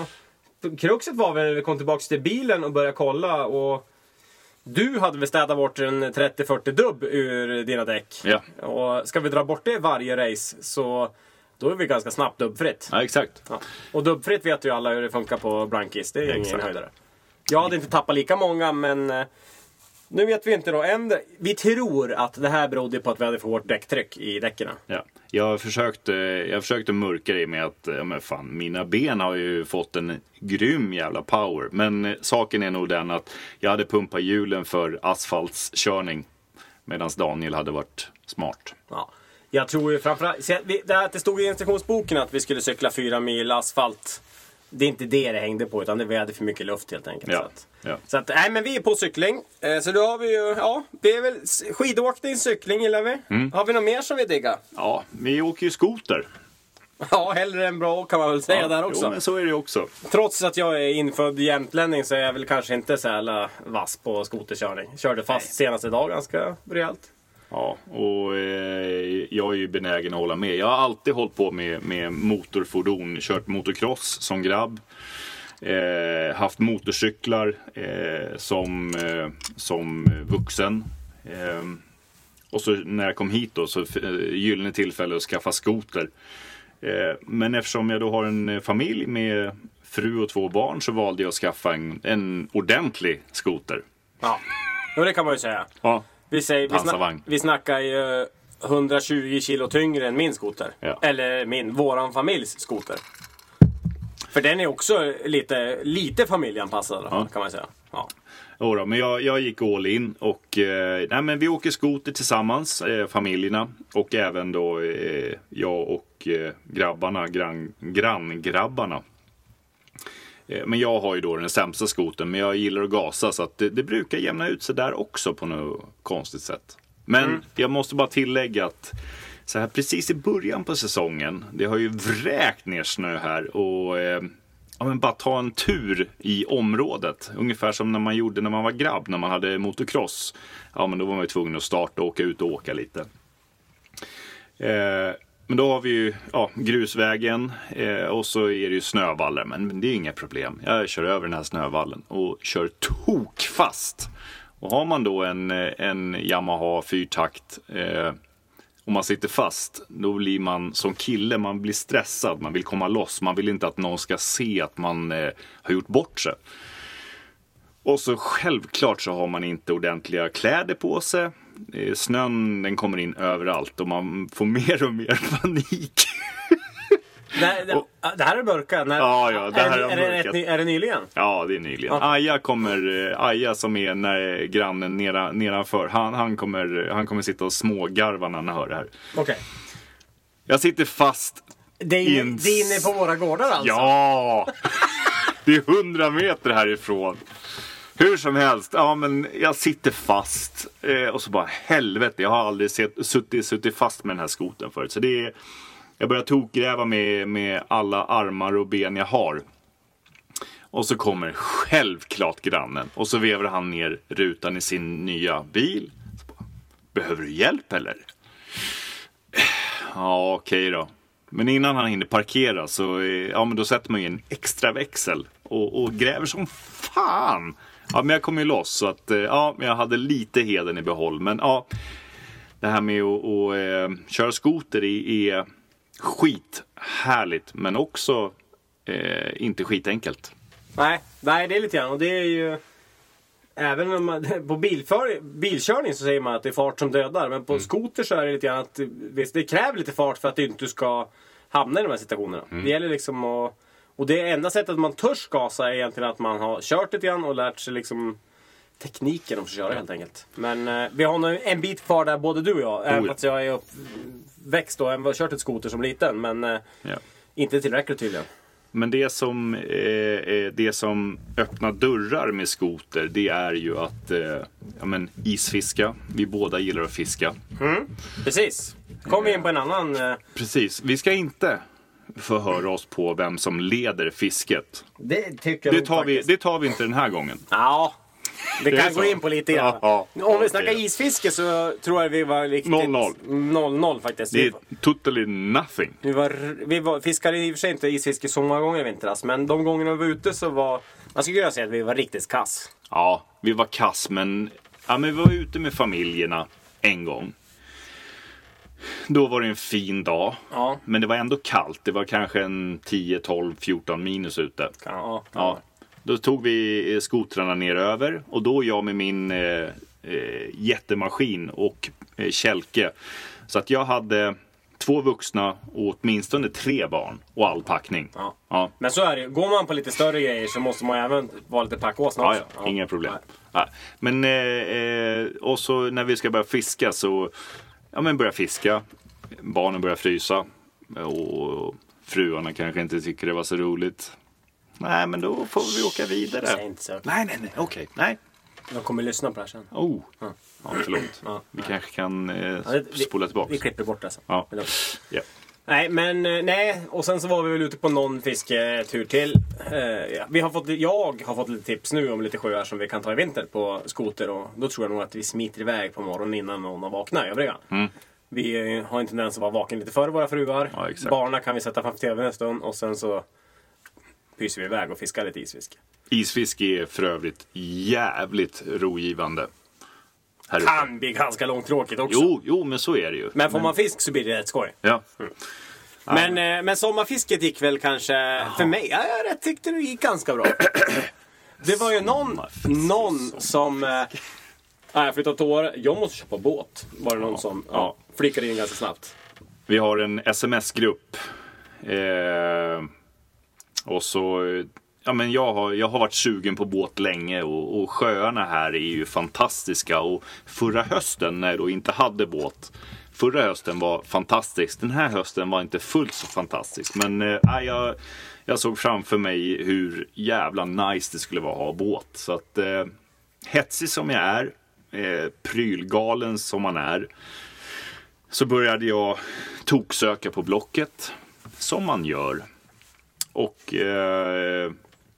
S3: och kruxet var väl när vi kom tillbaka till bilen och började kolla och du hade väl städat bort en trettio fyrtio dubb ur dina däck.
S2: Ja.
S3: Och ska vi dra bort det varje race så då är vi ganska snabbt dubbfritt.
S2: Ja, exakt.
S3: Ja. Och dubbfritt vet ju alla hur det funkar på Blankis. Det är ingen exakt. höjdare. Jag hade inte tappat lika många, men eh, nu vet vi inte då. En, vi tror att det här berodde på att vi hade för hårt däcktryck i däcken.
S2: Ja. Jag försökte, jag försökte mörka det med att ja, men fan, mina ben har ju fått en grym jävla power. Men eh, saken är nog den att jag hade pumpat hjulen för asfaltskörning medan Daniel hade varit smart.
S3: Ja. Jag tror ju framförallt det att det stod i instruktionsboken att vi skulle cykla fyra mil asfalt. Det är inte det det hängde på, utan det vi hade för mycket luft helt enkelt.
S2: Ja,
S3: så att,
S2: ja.
S3: så att, nej men vi är på cykling. Eh, så då har vi ju, ja, det är väl skidåkning, cykling gillar vi. Mm. Har vi något mer som vi diggar?
S2: Ja, vi åker ju skoter.
S3: Ja, hellre än bra kan man väl säga
S2: Ja,
S3: där också.
S2: Jo, men så är det också.
S3: Trots att jag är infödd jämtlänning så är jag väl kanske inte så jävla vass på skoterkörning. Körde fast Nej. senast idag ganska rejält.
S2: Ja, och eh, jag är ju benägen att hålla med. Jag har alltid hållit på med, med motorfordon, kört motocross som grabb. Eh, haft motorcyklar eh, som, eh, som vuxen. Eh, och så när jag kom hit då så eh, gyllene tillfälle att skaffa skoter. Eh, men eftersom jag då har en familj med fru och två barn så valde jag att skaffa en, en ordentlig skoter.
S3: Ja, jo, det kan man ju säga.
S2: Ja.
S3: Vi, säger, vi, snack, vi snackar ju hundratjugo kilo tyngre än min skoter.
S2: Ja.
S3: Eller min, våran familjs skoter. För den är också lite, lite familjeanpassad ja. kan man säga. Ja.
S2: Jodå, men jag, jag gick all in och eh, nej, men vi åker skoter tillsammans, eh, familjerna. Och även då eh, jag och eh, grabbarna, grann, granngrabbarna. Eh, men jag har ju då den sämsta skoten, men jag gillar att gasa så att det, det brukar jämna ut sig där också på något konstigt sätt. Men mm. jag måste bara tillägga att så här precis i början på säsongen, det har ju vräkt ner snö här och eh, ja, men bara ta en tur i området. Ungefär som när man gjorde när man var grabb, när man hade motocross. Ja, men då var man ju tvungen att starta och åka ut och åka lite. Eh, men då har vi ju ja, grusvägen eh, och så är det ju snövallar. Men det är inga problem. Jag kör över den här snövallen och kör tokfast. Och har man då en, en Yamaha fyrtakt eh, och man sitter fast, då blir man som kille, man blir stressad, man vill komma loss, man vill inte att någon ska se att man eh, har gjort bort sig. Och så självklart så har man inte ordentliga kläder på sig. Eh, snön den kommer in överallt och man får mer och mer panik.
S3: Det, det, det här är mörka. När,
S2: ja, ja, det här
S3: är, är, är, det, är det nyligen?
S2: Ja, det är nyligen.
S3: Ja.
S2: Aja kommer, Aja som är när grannen nera, nedanför, han, han, kommer, han kommer sitta och smågarva när han hör det här.
S3: Okej. Okay.
S2: Jag sitter fast.
S3: Det är, in... det är inne på våra gårdar alltså?
S2: Ja! Det är hundra meter härifrån. Hur som helst, ja men jag sitter fast. Eh, och så bara, helvete, jag har aldrig sett, suttit, suttit fast med den här skoten förut. Så det är... Jag börjar tokgräva med, med alla armar och ben jag har. Och så kommer självklart grannen. Och så vevar han ner rutan i sin nya bil. Bara, behöver du hjälp eller? Ja, okej då. Men innan han hinner parkera så ja, men då sätter man ju en extra växel. Och, och gräver som fan. Ja, men jag kom ju loss så att ja, jag hade lite heden i behåll. Men ja, det här med att, att, att köra skoter är... skit härligt men också eh, inte skitenkelt.
S3: Nej, nej, det är lite grann och det är ju även om man, på bilför, bilkörning så säger man att det är fart som dödar, men på mm. skoter så är det lite grann att visst, det kräver lite fart för att du inte ska hamna i de här situationerna. Mm. Det gäller liksom att, och det enda sättet att man törs gasa är egentligen att man har kört lite grann och lärt sig liksom tekniken att köra helt enkelt. Men eh, vi har nog en bit kvar där både du och jag, även fast jag är uppväxt och har kört ett skoter som liten, men eh, ja. inte tillräckligt tydligen.
S2: Men det som, eh, det som öppnar dörrar med skoter, det är ju att eh, ja, men, isfiska. Vi båda gillar att fiska.
S3: Mm. Precis. Kom vi in på en annan... Eh...
S2: Precis. Vi ska inte förhöra oss på vem som leder fisket.
S3: Det tycker jag
S2: det tar, vi, det tar vi inte den här gången.
S3: Ja, vi kan gå in på lite grann.
S2: Ja, ja,
S3: Om vi snackar isfiske så tror jag vi var riktigt...
S2: noll noll.
S3: noll noll faktiskt.
S2: Det är totally nothing.
S3: Vi, var, vi var, fiskade i och för sig inte isfiske så många gånger i vintras. Men de gångerna vi var ute så var... Man skulle kunna säga att vi var riktigt kass.
S2: Ja, vi var kass men... Ja, men vi var ute med familjerna en gång. Då var det en fin dag. Ja. Men det var ändå kallt. Det var kanske en tio, tolv, fjorton minus ute.
S3: Ja, ja.
S2: ja. Då tog vi skotrarna ner över. Och då jag med min eh, eh, jättemaskin och eh, kälke. Så att jag hade två vuxna och åtminstone tre barn. Och all packning.
S3: Ja.
S2: Ja.
S3: Men så är det. Går man på lite större grejer så måste man även vara lite packåsna
S2: ja,
S3: också.
S2: Ja, inga problem. Ja. Men eh, eh, och så när vi ska börja fiska så... Ja, men börja fiska. Barnen börjar frysa. Och fruarna kanske inte tycker det var så roligt. Nej, men då får vi åka vidare.
S3: Säg inte så.
S2: Nej, nej, nej. Okej, okay. Nej.
S3: Jag kommer lyssna på det här sen.
S2: Oh. Ja, ja förlåt. Ja, vi nej. kanske kan eh, ja, det, spola tillbaka.
S3: Vi, vi klipper bort det sen.
S2: Ja. Yeah.
S3: Nej, men nej. Och sen så var vi väl ute på någon fisketur till. Eh, ja. vi har fått, jag har fått lite tips nu om lite sjöar som vi kan ta i vinter på skoter. Och då tror jag nog att vi smiter iväg på morgonen innan någon har vaknat övriga.
S2: Mm.
S3: Vi har en tendens att vara vaken lite före våra fruar.
S2: Ja, exakt.
S3: Barnen kan vi sätta framför tvn en stund. Och sen så pyser vi iväg och fiskar lite isfiske.
S2: Isfiske är för övrigt jävligt rogivande. Här
S3: Kan
S2: ute.
S3: bli ganska långtråkigt också.
S2: Jo, jo, men så är det ju.
S3: Men får man fisk så blir det rätt skoj.
S2: Ja.
S3: Men, eh, men sommarfisket gick väl kanske för mig. Ja, jag rätt tyckte det gick ganska bra. Det var ju någon, någon som... Eh, nej, jag flyttade till Åre. Jag måste köpa båt. Var det någon som ja, flickade in ganska snabbt.
S2: Vi har en sms-grupp. Eh, och så... Ja, men jag, har, jag har varit sugen på båt länge och, och sjöarna här är ju fantastiska. Och förra hösten när jag då inte hade båt... Förra hösten var fantastisk. Den här hösten var inte fullt så fantastisk. Men eh, jag, jag såg framför mig hur jävla nice det skulle vara att ha båt. Så att eh, hetsig som jag är, eh, prylgalen som man är, så började jag toksöka på Blocket. Som man gör. Och eh,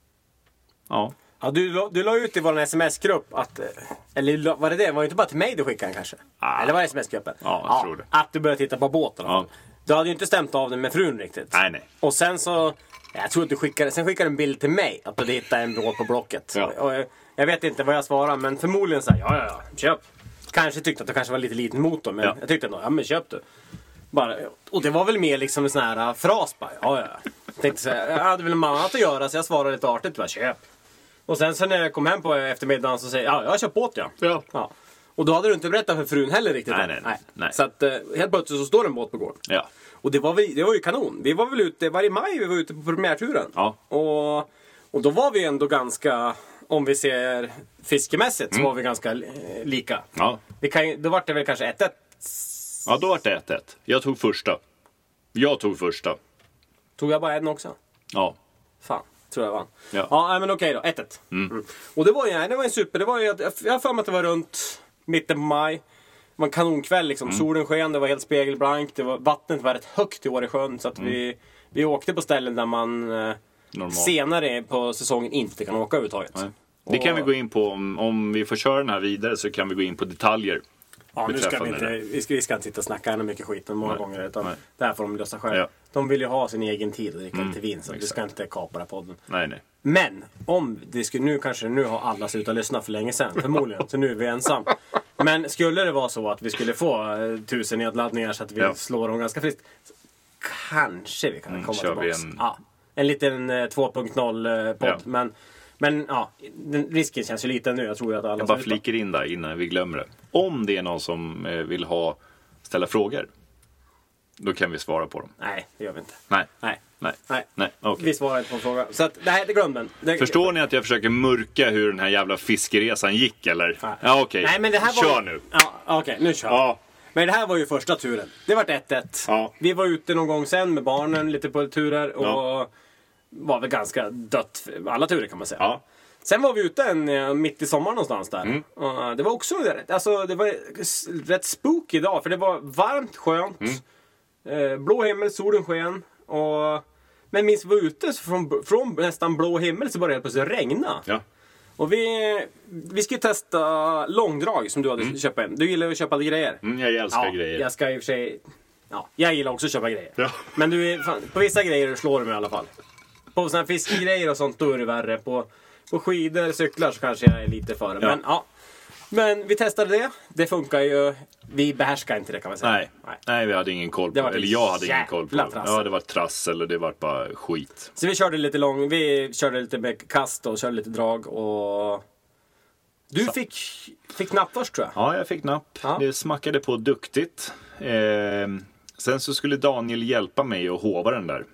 S2: ja...
S3: Ja, du, du la ut i vår sms-grupp att... Eller var det det? Var det inte bara till mig du skickade den kanske?
S2: Ah.
S3: Eller var det sms-gruppen?
S2: Ja, jag tror det.
S3: Att du började titta på båten.
S2: Ja.
S3: Du hade ju inte stämt av den med frun riktigt.
S2: Nej, nej.
S3: Och sen så... Jag tror att du skickade... Sen skickade du en bild till mig att du hittade en båt på Blocket.
S2: Ja.
S3: Och jag, jag vet inte vad jag svarade, men förmodligen så här, ja, ja, ja, köp. Kanske tyckte att det kanske var lite liten motor, men
S2: Ja.
S3: jag tyckte ändå, ja men köp du. Bara, och det var väl mer liksom en sån här uh, fras bara, ja, ja. Jag tänkte så här, jag hade väl en annat att göra, så jag svarade lite artigt, bara köp. Och sen så när jag kom hem på eftermiddagen så säger jag, ja, jag har köpt båt, ja.
S2: Ja.
S3: ja. Och då hade du inte berättat för frun heller riktigt.
S2: Nej, nej, nej. nej.
S3: Så att uh, helt plötsligt så står det en båt på gården.
S2: Ja.
S3: Och det var, vi, det var ju kanon. Vi var väl ute, varje maj vi var ute på premiärturen.
S2: Ja.
S3: Och, och då var vi ändå ganska, om vi ser fiskemässigt, så var vi ganska eh, lika.
S2: Ja.
S3: Vi kan, då var det väl kanske ett ett.
S2: Ja, då var det ett ett. Jag tog första. Jag tog första.
S3: Tog jag bara en också?
S2: Ja.
S3: Fan, tror jag vann.
S2: Ja.
S3: Ja, men okej då. ett ett.
S2: Mm.
S3: Mm. Och det var ju det var en super. Det var ju, jag har för mig att det var runt mitten på maj. Det var en kanonkväll liksom.
S2: Mm.
S3: Solen sken, det var helt spegelblankt. Det var, vattnet var rätt högt i Åresjön. Så att
S2: Mm.
S3: vi, vi åkte på ställen där man eh,
S2: Normalt.
S3: senare på säsongen inte kan åka överhuvudtaget.
S2: Nej. Det kan
S3: Och-
S2: vi gå in på. Om, om vi får köra den här vidare så kan vi gå in på detaljer.
S3: Ja, nu ska vi,
S2: beträffande
S3: inte, vi, ska, vi ska inte sitta och snacka ännu mycket skit många
S2: Nej.
S3: gånger. Utan
S2: Nej.
S3: det här får de lösa själva.
S2: Ja.
S3: De vill ju ha sin egen tid och dricka
S2: Mm,
S3: lite vin. Så vi
S2: exakt.
S3: ska inte kapa den här podden.
S2: Nej, nej.
S3: Men om det skulle, nu kanske nu har alla slutat lyssna för länge sedan. Förmodligen. Så nu är vi ensam. Men skulle det vara så att vi skulle få eh, tusen nedladdningar så att vi
S2: Ja.
S3: slår dem ganska friskt. Kanske vi kan
S2: Mm,
S3: komma
S2: kör vi
S3: tillbaks.
S2: en-
S3: Ja, en liten eh, två punkt noll eh, podd.
S2: Ja.
S3: Men, men ja, den, risken känns ju liten nu. Jag tror ju att alla
S2: Jag bara
S3: som lyssnar-
S2: flikar in där innan vi glömmer det. Om det är någon som eh, vill ha ställa frågor, då kan vi svara på dem.
S3: Nej, det gör vi inte.
S2: Nej,
S3: Nej.
S2: nej,
S3: Nej.
S2: nej. Okej.
S3: Vi svarar inte på en fråga. Så att, nej, det glömde den.
S2: Förstår ni att jag försöker mörka hur den här jävla fiskeresan gick, eller?
S3: Nej.
S2: Ja, okej.
S3: Nej, men det här var...
S2: Kör nu.
S3: Ja, okej, nu kör vi.
S2: Ja.
S3: Men det här var ju första turen. Det var ett ett.
S2: Ja.
S3: Vi var ute någon gång sen med barnen, lite på turer. Och
S2: Ja.
S3: var väl ganska dött för alla turer kan man säga.
S2: Ja.
S3: Sen var vi ute en, eh, mitt i sommaren någonstans där.
S2: Mm.
S3: Och, eh, det var också rätt- alltså, det var s- rätt spooky idag. För det var varmt, skönt.
S2: Mm.
S3: Eh, blå himmel, solen sken. Och... Men minst vi var ute så från, från nästan blå himmel så började det plötsligt regna.
S2: Ja.
S3: Och vi, vi ska ju testa långdrag som du hade köpt en. Du gillar ju att köpa grejer.
S2: Mm, jag älskar grejer.
S3: Jag ska i och för sig... Ja, jag gillar också att köpa grejer.
S2: Ja.
S3: Men du är, fan, på vissa grejer slår du mig i alla fall. På såna här fiskegrejer och sånt då är det värre. På, på skidor, cyklar så kanske jag är lite före.
S2: Ja.
S3: Men ja. Men vi testade det. Det funkar ju. Vi behärskar inte det kan man säga.
S2: Nej. Nej, vi hade ingen koll på
S3: Det
S2: det.
S3: var
S2: Eller jag hade ingen koll på
S3: jävla
S2: det.
S3: trassel.
S2: Ja, det var trassel och det var bara skit.
S3: Så vi körde lite lång. Vi körde lite med kast och körde lite drag och... Du fick, fick napp först tror jag.
S2: Ja, jag fick napp.
S3: Ja.
S2: Det smackade på duktigt. Eh, sen så skulle Daniel hjälpa mig att hova den där.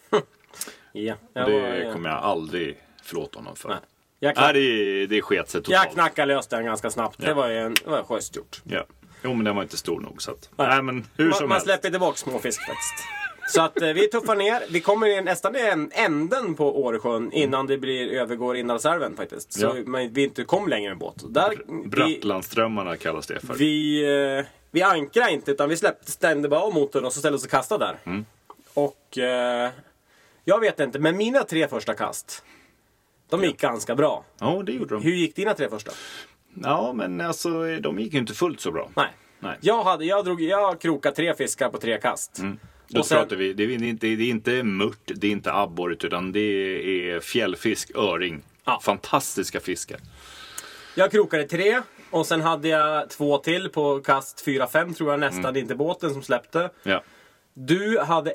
S3: Ja.
S2: Och
S3: Jag
S2: det
S3: var- ja.
S2: kommer jag aldrig förlåta honom för.
S3: Nej. Jag,
S2: Nej,
S3: knack,
S2: det, det sket sig totalt.
S3: jag knackade lös den ganska snabbt.
S2: Ja.
S3: Det var ju en, det var schysst gjort.
S2: Ja. Jo, men den var inte stor nog så att...
S3: Nej.
S2: Nej, men hur
S3: Man,
S2: som
S3: man
S2: helst.
S3: släpper tillbaka småfisk faktiskt. Så att eh, vi tuffar ner. Vi kommer in nästan i en änden på Åresjön innan det blir övergår Indalsälven faktiskt. Så
S2: Ja.
S3: men vi inte kom längre med båt. Där, vi,
S2: Brattlandströmmarna kallas det för.
S3: vi, eh, vi ankrar inte utan vi släppte, stängde bara av motorn och så ställde oss och kastade där.
S2: Mm.
S3: Och eh, jag vet inte, men mina tre första kast, de gick ja. ganska bra.
S2: Ja, det gjorde de.
S3: Hur gick dina tre första?
S2: Ja, men alltså de gick ju inte fullt så bra.
S3: Nej. Nej. Jag, hade, jag, drog, jag krokade tre fiskar på tre kast.
S2: Mm. Då och sen, pratar vi, det är inte, det är inte mört, det är inte abborre, utan det är fjällfisk, öring. Ja. Fantastiska fiskar.
S3: Jag krokade tre och sen hade jag två till på kast fyra fem tror jag nästan, mm. inte båten som släppte.
S2: Ja.
S3: Du hade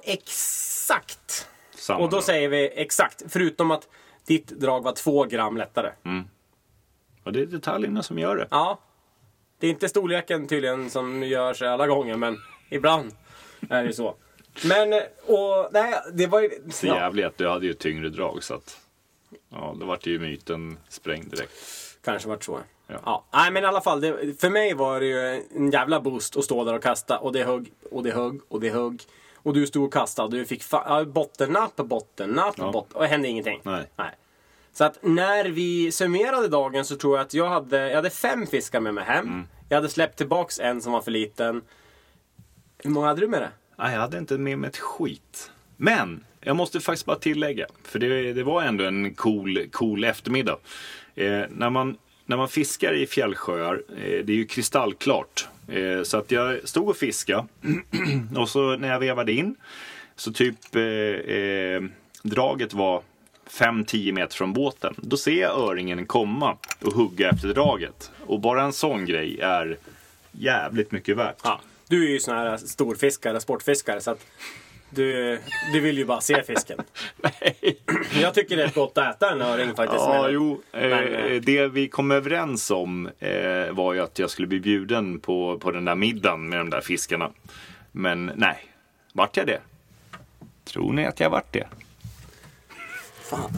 S3: exakt,
S2: samma
S3: och då
S2: drag.
S3: säger vi exakt, förutom att ditt drag var två gram lättare.
S2: Mm. Och det är detaljerna som gör det.
S3: Ja. Det är inte storleken tydligen som gör sig alla gånger, men ibland är det så. Men, och nej, det var ju...
S2: Så ja. jävligt att du hade ju tyngre drag, så att... Ja, då var det ju myten sprängd direkt.
S3: Kanske vart så.
S2: Ja.
S3: Ja. Nej, men i alla fall, det, för mig var det ju en jävla boost att stå där och kasta. Och det högg, och det högg, och det högg. Och du stod och kastade och du fick fa- bottennapp, bottennapp, ja. botten, och det hände ingenting.
S2: Nej.
S3: Nej. Så att när vi summerade dagen så tror jag att jag hade, jag hade fem fiskar med mig hem. Mm. Jag hade släppt tillbaks en som var för liten. Hur många hade du med det?
S2: Nej, jag hade inte med mig ett skit. Men jag måste faktiskt bara tillägga. För det, det var ändå en cool, cool eftermiddag. Eh, när, man, när man fiskar i fjällsjöar, eh, det är ju kristallklart. Eh, så att jag stod och fiskade. Och så när jag vevade in, så typ eh, eh, draget var fem till tio meter från båten. Då ser jag öringen komma och hugga efter draget. Och bara en sån grej är jävligt mycket värt.
S3: Ja. Du är ju sån här storfiskare, sportfiskare, så att du, du vill ju bara se fisken.
S2: Nej.
S3: Jag tycker det är gott att äta en öring faktiskt.
S2: Ja,
S3: men,
S2: jo.
S3: Men,
S2: eh, det vi kom överens om eh, var ju att jag skulle bli bjuden på, på den där middagen med de där fiskarna. Men nej, vart jag det? Tror ni att jag vart det?
S3: Fan.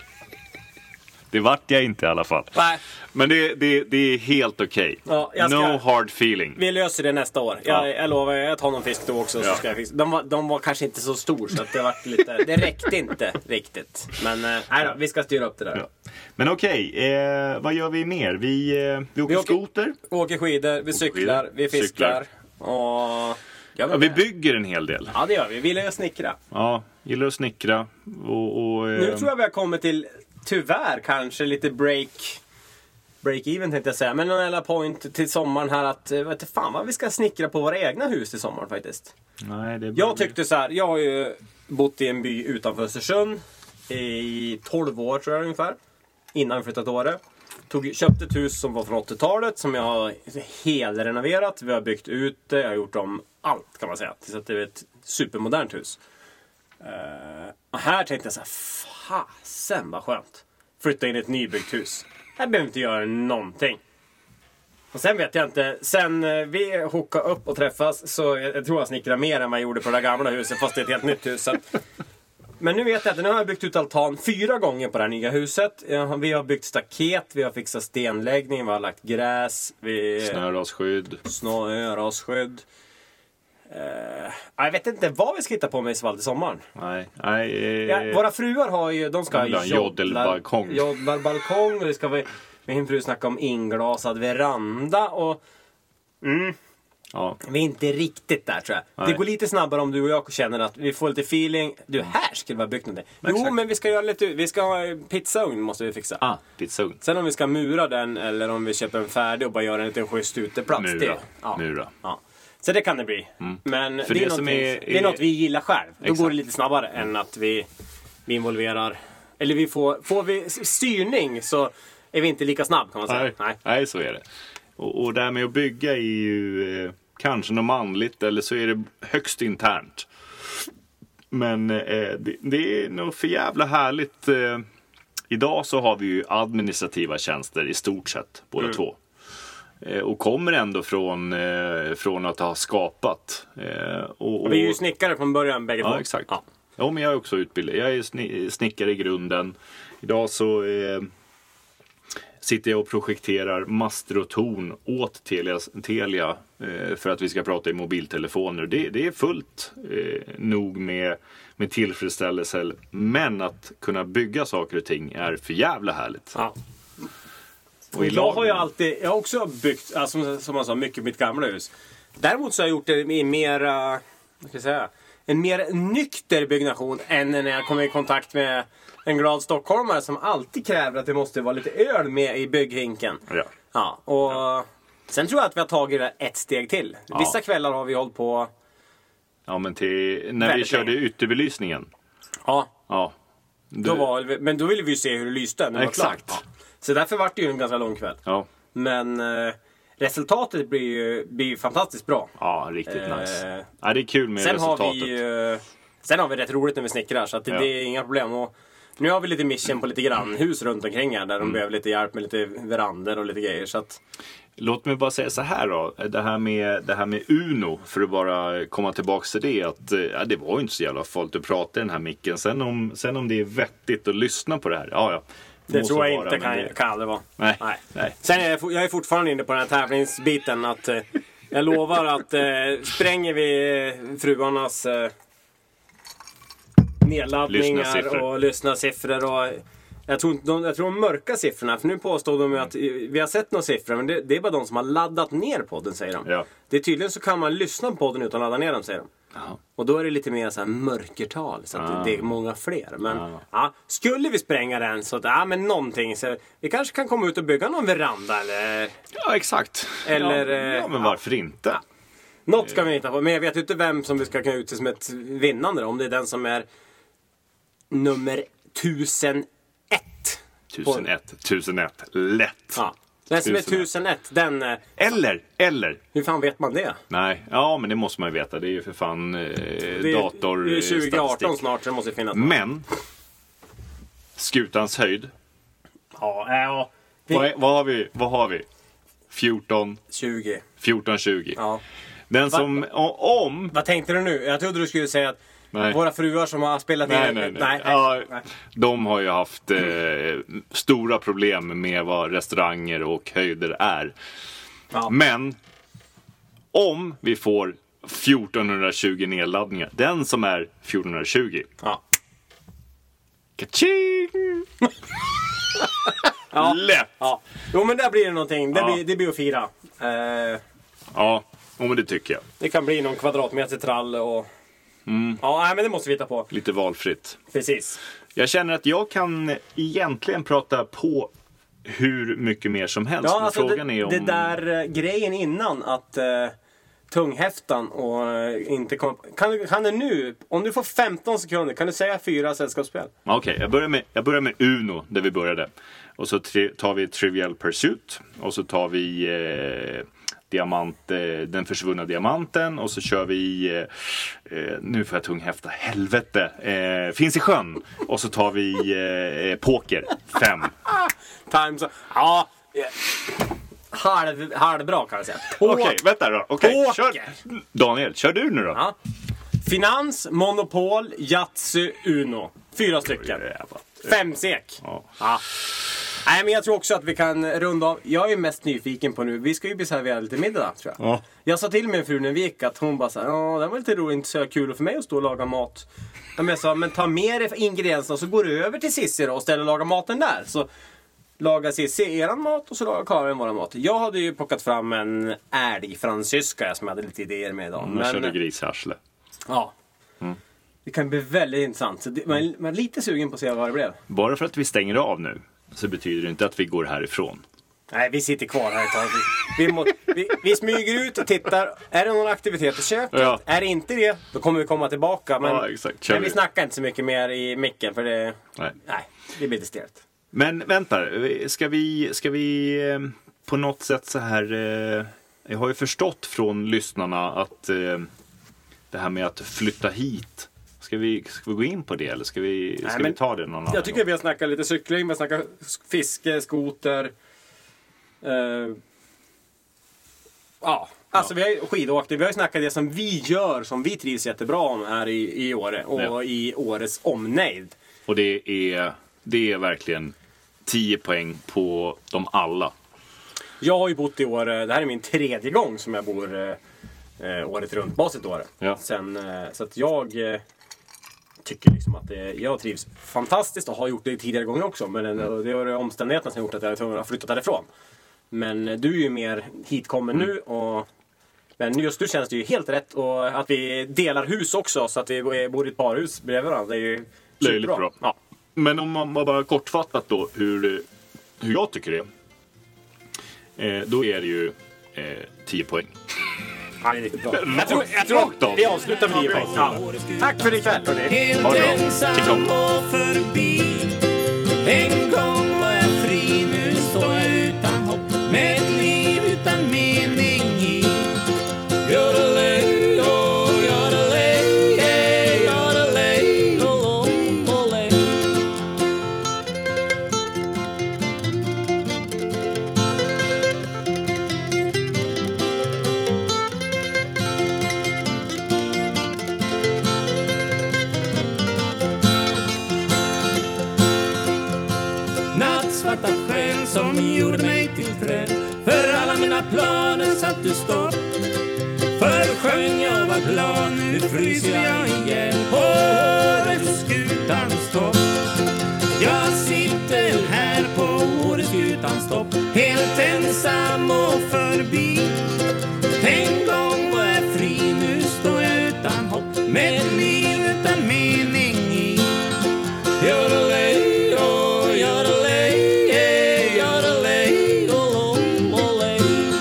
S2: Det vart jag inte i alla fall.
S3: Nej.
S2: Men det, det, det är helt okej.
S3: Ja,
S2: ska... No hard feeling.
S3: Vi löser det nästa år. Jag,
S2: ja.
S3: jag lovar, jag tar någon fisk då också.
S2: Ja.
S3: Så ska jag fixa. De, var, de var kanske inte så stor så att det var lite... Det räckte inte riktigt. Men nej då, vi ska styra upp det där.
S2: Ja. Men okej, eh, vad gör vi mer? Vi, eh, vi åker
S3: vi åker,
S2: skoter.
S3: åker skidor, vi cyklar, vi fiskar. Cyklar. Och...
S2: Ja, vi bygger en hel del.
S3: Ja, det gör vi. Vi gillar att snickra.
S2: Ja, gillar att snickra. Och, och, eh...
S3: Nu tror jag vi har kommit till, tyvärr kanske, lite break... Break-even tänkte jag säga. Men någon jävla point till sommaren här att... Vet du fan vad vi ska snickra på våra egna hus till sommaren faktiskt.
S2: Nej, det är
S3: jag tyckte så här. Jag har ju bott i en by utanför Östersund i tolv år tror jag ungefär. Innan vi flyttade till Åre. Tog, köpte ett hus som var från åttiotalet som jag har helrenoverat. Vi har byggt ut det. Jag har gjort om allt kan man säga. Så att det är ett supermodernt hus. Uh, och här tänkte jag så här. Fasen vad skönt. Flytta in i ett nybyggt hus. Jag behöver inte göra någonting. Och sen vet jag inte. Sen vi hookade upp och träffas. Så jag, jag tror jag snickrar mer än vad jag gjorde på det gamla huset. Fast det är ett helt nytt hus. Så. Men nu vet jag att nu har jag byggt ut altan fyra gånger på det här nya huset. Vi har byggt staket. Vi har fixat stenläggning. Vi har lagt gräs. Vi...
S2: Snörasskydd.
S3: Snörasskydd. Uh, jag vet inte vad vi ska hitta på med i Svalde i sommaren.
S2: Nej, nej. Eh,
S3: ja, våra fruar har ju, de ska ha
S2: en joddelbalkong.
S3: Joddelbalkong. Och det ska vi, min fru snacka om inglasad veranda. Och mm,
S2: ja.
S3: vi är inte riktigt där tror jag. Nej. Det går lite snabbare om du och jag känner att vi får lite feeling. Du, här skulle vi ha byggt någonting. Jo, exakt. Men vi ska göra lite, vi ska ha pizzaugn måste vi fixa.
S2: Ah, pizzaugn.
S3: Sen om vi ska mura den eller om vi köper en färdig och bara göra en liten schysst uteplats.
S2: Mura,
S3: det, ja.
S2: mura.
S3: Ja. Så det kan det bli. Mm. Men det, det, är som är, det är något vi gillar själv. Då exakt. Går det lite snabbare än att vi, vi involverar. Eller vi får, får vi styrning så är vi inte lika snabb kan man säga.
S2: Nej, nej. nej så är det. Och, och det här med att bygga är ju eh, kanske något manligt eller så är det högst internt. Men eh, det, det är nog för jävla härligt. Eh, idag så har vi ju administrativa tjänster i stort sett båda mm. två. Och kommer ändå från, eh, från att ha skapat. Eh, och, och...
S3: Vi är ju snickare från början bägge två.
S2: Ja, exakt. Ja. Ja, men jag är också utbildad. Jag är sni- snickare i grunden. Idag så eh, sitter jag och projekterar master och torn åt Telia, Telia eh, för att vi ska prata i mobiltelefoner. Det, det är fullt eh, nog med, med tillfredsställelse. Men att kunna bygga saker och ting är för jävla härligt.
S3: Ja. Och jag har ju alltid, jag har också byggt, alltså, som man sa, mycket mitt gamla hus. Däremot så har jag gjort det i mera, vad ska jag säga, en mer nykter byggnation än när jag kommer i kontakt med en glad stockholmare som alltid kräver att det måste vara lite öl med i bygghinken.
S2: Ja.
S3: Ja, och ja. Sen tror jag att vi har tagit det ett steg till.
S2: Ja.
S3: Vissa kvällar har vi hållit på...
S2: Ja, men till, när
S3: Väldigt
S2: vi körde
S3: länge.
S2: ytterbelysningen.
S3: Ja,
S2: Ja. Du,
S3: då var, men då ville vi ju se hur det lyste när det var
S2: Exakt.
S3: klart. Ja. Så därför var det ju en ganska lång kväll.
S2: Ja.
S3: Men eh, resultatet blir ju blir ju fantastiskt bra.
S2: Ja, riktigt
S3: Eh,
S2: nice. Ja, det är kul med
S3: Sen
S2: resultatet.
S3: har vi ju, sen har vi rätt roligt när vi snickrar, så att det,
S2: Ja.
S3: det är inga problem. Och nu har vi lite mission på lite grannhus runt omkring här, där
S2: Mm.
S3: de behöver lite hjälp med lite verander och lite grejer. Så att,
S2: Låt mig bara säga så här då. Det här med, det här med Uno, för att bara komma tillbaka till det. Att, ja, det var ju inte så jävla farligt att prata i den här micken. Sen om, sen om det är vettigt att lyssna på det här. Ja, ja.
S3: det
S2: Må
S3: tror jag
S2: så vara,
S3: inte
S2: men
S3: kan,
S2: det-
S3: kan aldrig vara.
S2: Nej,
S3: Nej.
S2: nej.
S3: Sen är jag, jag är fortfarande inne på den här tävlingsbiten. Att, eh, jag lovar att eh, spränger vi eh, fruarnas eh, nedladdningar
S2: Lyssnarsiffror.
S3: och lyssnarsiffror och jag tror, inte de, jag tror de mörka siffrorna, för nu påstår de ju att eh, vi har sett några siffror, men det, det är bara de som har laddat ner podden, säger de.
S2: Ja.
S3: Det är tydligen så kan man lyssna på podden utan att ladda ner dem, säger de.
S2: Ja.
S3: Och då är det lite mer så här mörkertal, så att
S2: Ah.
S3: det är många fler. Men
S2: Ah.
S3: ja, skulle vi spränga den så att, ja men någonting, så vi kanske kan komma ut och bygga någon veranda eller
S2: Ja, exakt.
S3: Eller,
S2: ja,
S3: eh,
S2: ja, men
S3: ja.
S2: varför inte?
S3: något ska vi hitta på. Men jag vet inte vem som vi ska kunna utse som ett vinnande då. Om det är den som är nummer tusen ett.
S2: tusen ett, tusen ett, lätt.
S3: Ja. Den som är
S2: tusen ett.
S3: tusen ett, den... eh,
S2: Eller, eller.
S3: Hur fan vet man det?
S2: Nej, ja men det måste man ju veta. Det är ju för fan eh,
S3: Det är,
S2: dator
S3: det är tjugo arton
S2: statistik.
S3: snart, så det måste finnas något.
S2: Men skutans höjd.
S3: Ja, ja. Vi-
S2: Vad, är, vad har vi? Vad har vi? fjorton,
S3: tjugo.
S2: fjorton, tjugo.
S3: Ja.
S2: Den som o- om
S3: Vad tänkte du nu? Jag trodde du skulle säga att
S2: Nej.
S3: våra fruar som har spelat
S2: Nej,
S3: in...
S2: nej, nej.
S3: nej,
S2: Ja,
S3: nej.
S2: de har ju haft eh, stora problem med vad restauranger och höjder är.
S3: Ja.
S2: Men om vi får fjortonhundratjugo nedladdningar, den som är fjortonhundratjugo,
S3: Ja.
S2: kaching!
S3: Ja.
S2: Lätt!
S3: Ja. Jo, men där blir det någonting. Det,
S2: Ja.
S3: blir, det blir att fira. Eh,
S2: Ja, oh, men det tycker jag.
S3: det kan bli någon kvadratmeter trall och...
S2: Mm.
S3: Ja, nej, men det måste vi hitta på.
S2: Lite valfritt.
S3: Precis.
S2: Jag känner att jag kan egentligen prata på hur mycket mer som helst.
S3: Ja,
S2: men
S3: alltså
S2: frågan
S3: det,
S2: är om...
S3: det där eh, grejen innan att eh, tunghäftan och eh, inte kom, kan, du- kan du nu, om du får femton sekunder, kan du säga fyra sällskapsspel?
S2: Ja, Okej, jag, börjar med, jag börjar med Uno, där vi började. Och så tri- tar vi Trivial Pursuit. Och så tar vi eh, diamant, eh, Den försvunna diamanten. Och så kör vi, eh, eh, nu får jag tunghäfta, helvete, eh, Finns i sjön. Och så tar vi eh, Poker, fem.
S3: Times, ja, eh, halv, halvbra kan jag säga.
S2: Okej,
S3: Poker.
S2: vänta då. Okej,
S3: Poker.
S2: kör. Daniel, kör du nu då.
S3: Ja. Finans, Monopol, Yatzy, Uno. Fyra stycken. Fem sek.
S2: Ja.
S3: Ja. Nej, men jag tror också att vi kan runda av. Jag är mest nyfiken på nu. Vi ska ju bli serverade lite middag, tror jag.
S2: Ja.
S3: Jag sa till min fru när vi gick att hon bara såhär, ja det var lite roligt, inte så kul för mig att stå och laga mat. Men jag sa, men ta med dig ingredienserna och så går du över till Cissi då och ställer och lagar maten där. Så lagar Cissi eran mat och så lagar Karin våran mat. Jag hade ju plockat fram en älgfransyska som jag hade lite idéer med idag.
S2: Man körde grisarsle.
S3: Ja. Det kan bli väldigt intressant. Så det, man, man är lite sugen på att se vad det blev.
S2: Bara för att vi stänger av nu så betyder det inte att vi går härifrån.
S3: Nej, vi sitter kvar här ett tag. Vi, vi, må, vi, vi smyger ut och tittar. Är det någon aktivitet i köket?
S2: Ja.
S3: Är det inte det, då kommer vi komma tillbaka. Men,
S2: Ja, exakt. Kör
S3: men vi
S2: vi.
S3: snackar inte så mycket mer i micken för det,
S2: Nej.
S3: nej, det blir lite stelt.
S2: Men vänta, ska vi, ska vi eh, på något sätt så här... Eh, jag har ju förstått från lyssnarna att eh, det här med att flytta hit. Ska vi, ska vi gå in på det eller ska vi, ska
S3: Nej,
S2: vi
S3: men
S2: ta det någon annan
S3: Jag tycker
S2: gång?
S3: vi har snackat lite cykling, vi har snackat fiske, skoter. Eh, ja, alltså vi har ju skidåkning. Vi har ju snackat det som vi gör, som vi trivs jättebra om här i, i Åre. Och
S2: Ja.
S3: i Åres omnejd.
S2: Och det är, det är verkligen tio poäng på dem alla.
S3: Jag har ju bott i Åre, det här är min tredje gång som jag bor eh, året runt basit i Åre.
S2: Ja.
S3: Sen, eh, så att jag eh, tycker liksom att det, jag trivs fantastiskt och har gjort det tidigare gånger också. Men mm. det var omständigheterna som gjort att jag har flyttat därifrån. Men eh, du är ju mer hitkommen
S2: Mm.
S3: nu och Men just nu känns det ju helt rätt. Och att vi delar hus också. Så att vi bor i ett parhus bredvid varandra. Det är ju
S2: Löjligt
S3: bra.
S2: bra.
S3: Ja.
S2: Men om man bara kortfattat då hur, hur jag tycker det är. Eh, då är det ju eh, tio poäng.
S3: Ja, det är riktigt bra. Jag tror, jag tror vi avslutar med tio poäng. Ja. Tack för ikväll.
S2: Ha det
S1: Helt
S2: bra.
S1: ensam
S2: TikTok.
S1: och förbi. En gång var jag fri, nu står jag utan hopp. Med ett liv utan mening i. Yodelay, oh, yodelay, yeah, yodelay, oh, oh, olay. Nattsvarta sken som gjorde mig till träd. För alla mina planer satt du stopp. För sjöng jag var glad, nu fryser jag igen på Åreskutans topp. Jag sitter här på Åreskutans topp, helt ensam och förbi. En gång var jag fri, nu står jag utan hopp, med ett liv utan mening i. Yodelay, oh, yodelay, yeah, yodelay, oh, oh, olay.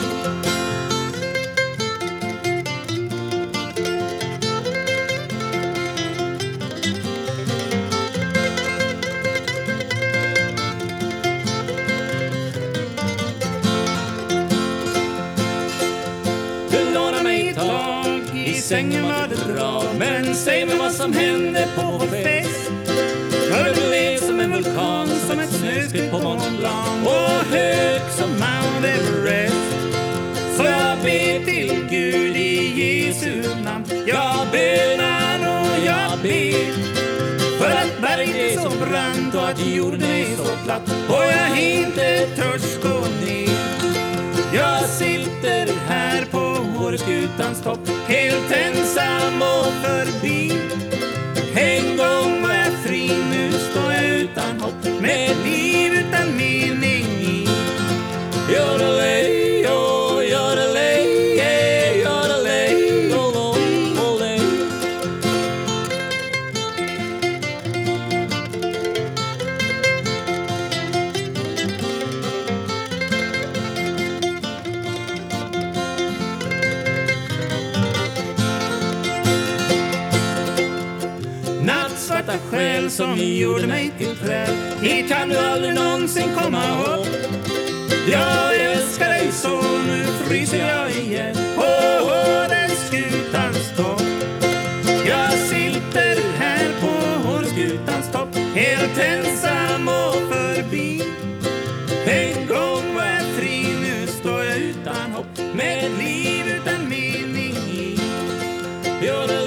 S1: Du lånar mig ett tag, i sängen var det bra. Men säg mig vad som hände på vår fest. För du är som en vulkan, som ett snöskred på Mont Blanc och hög som Mount Everest. Så jag ber till Gud i Jesu namn. Jag bönar och jag ber för att berget är så brant och att jorden är så platt och jag inte törs gå ner. Jag sitter här på Åreskutans topp, helt ensam och förbi. En gång var jag fri, nu står jag utan hopp, med ett liv utan mening i. Yodelay, oh, yodelay, yeah, yodelay, oh, oh, olay. Nattsvarta själ som gjorde mig till träd, hit kan du aldrig någonsin komma upp. Jag älskar dig så, nu fryser jag igen på Åreskutans topp. Jag sitter här på Åreskutans topp, helt ensam och förbi. En gång var jag fri, nu står jag utan hopp, med ett liv utan mening i.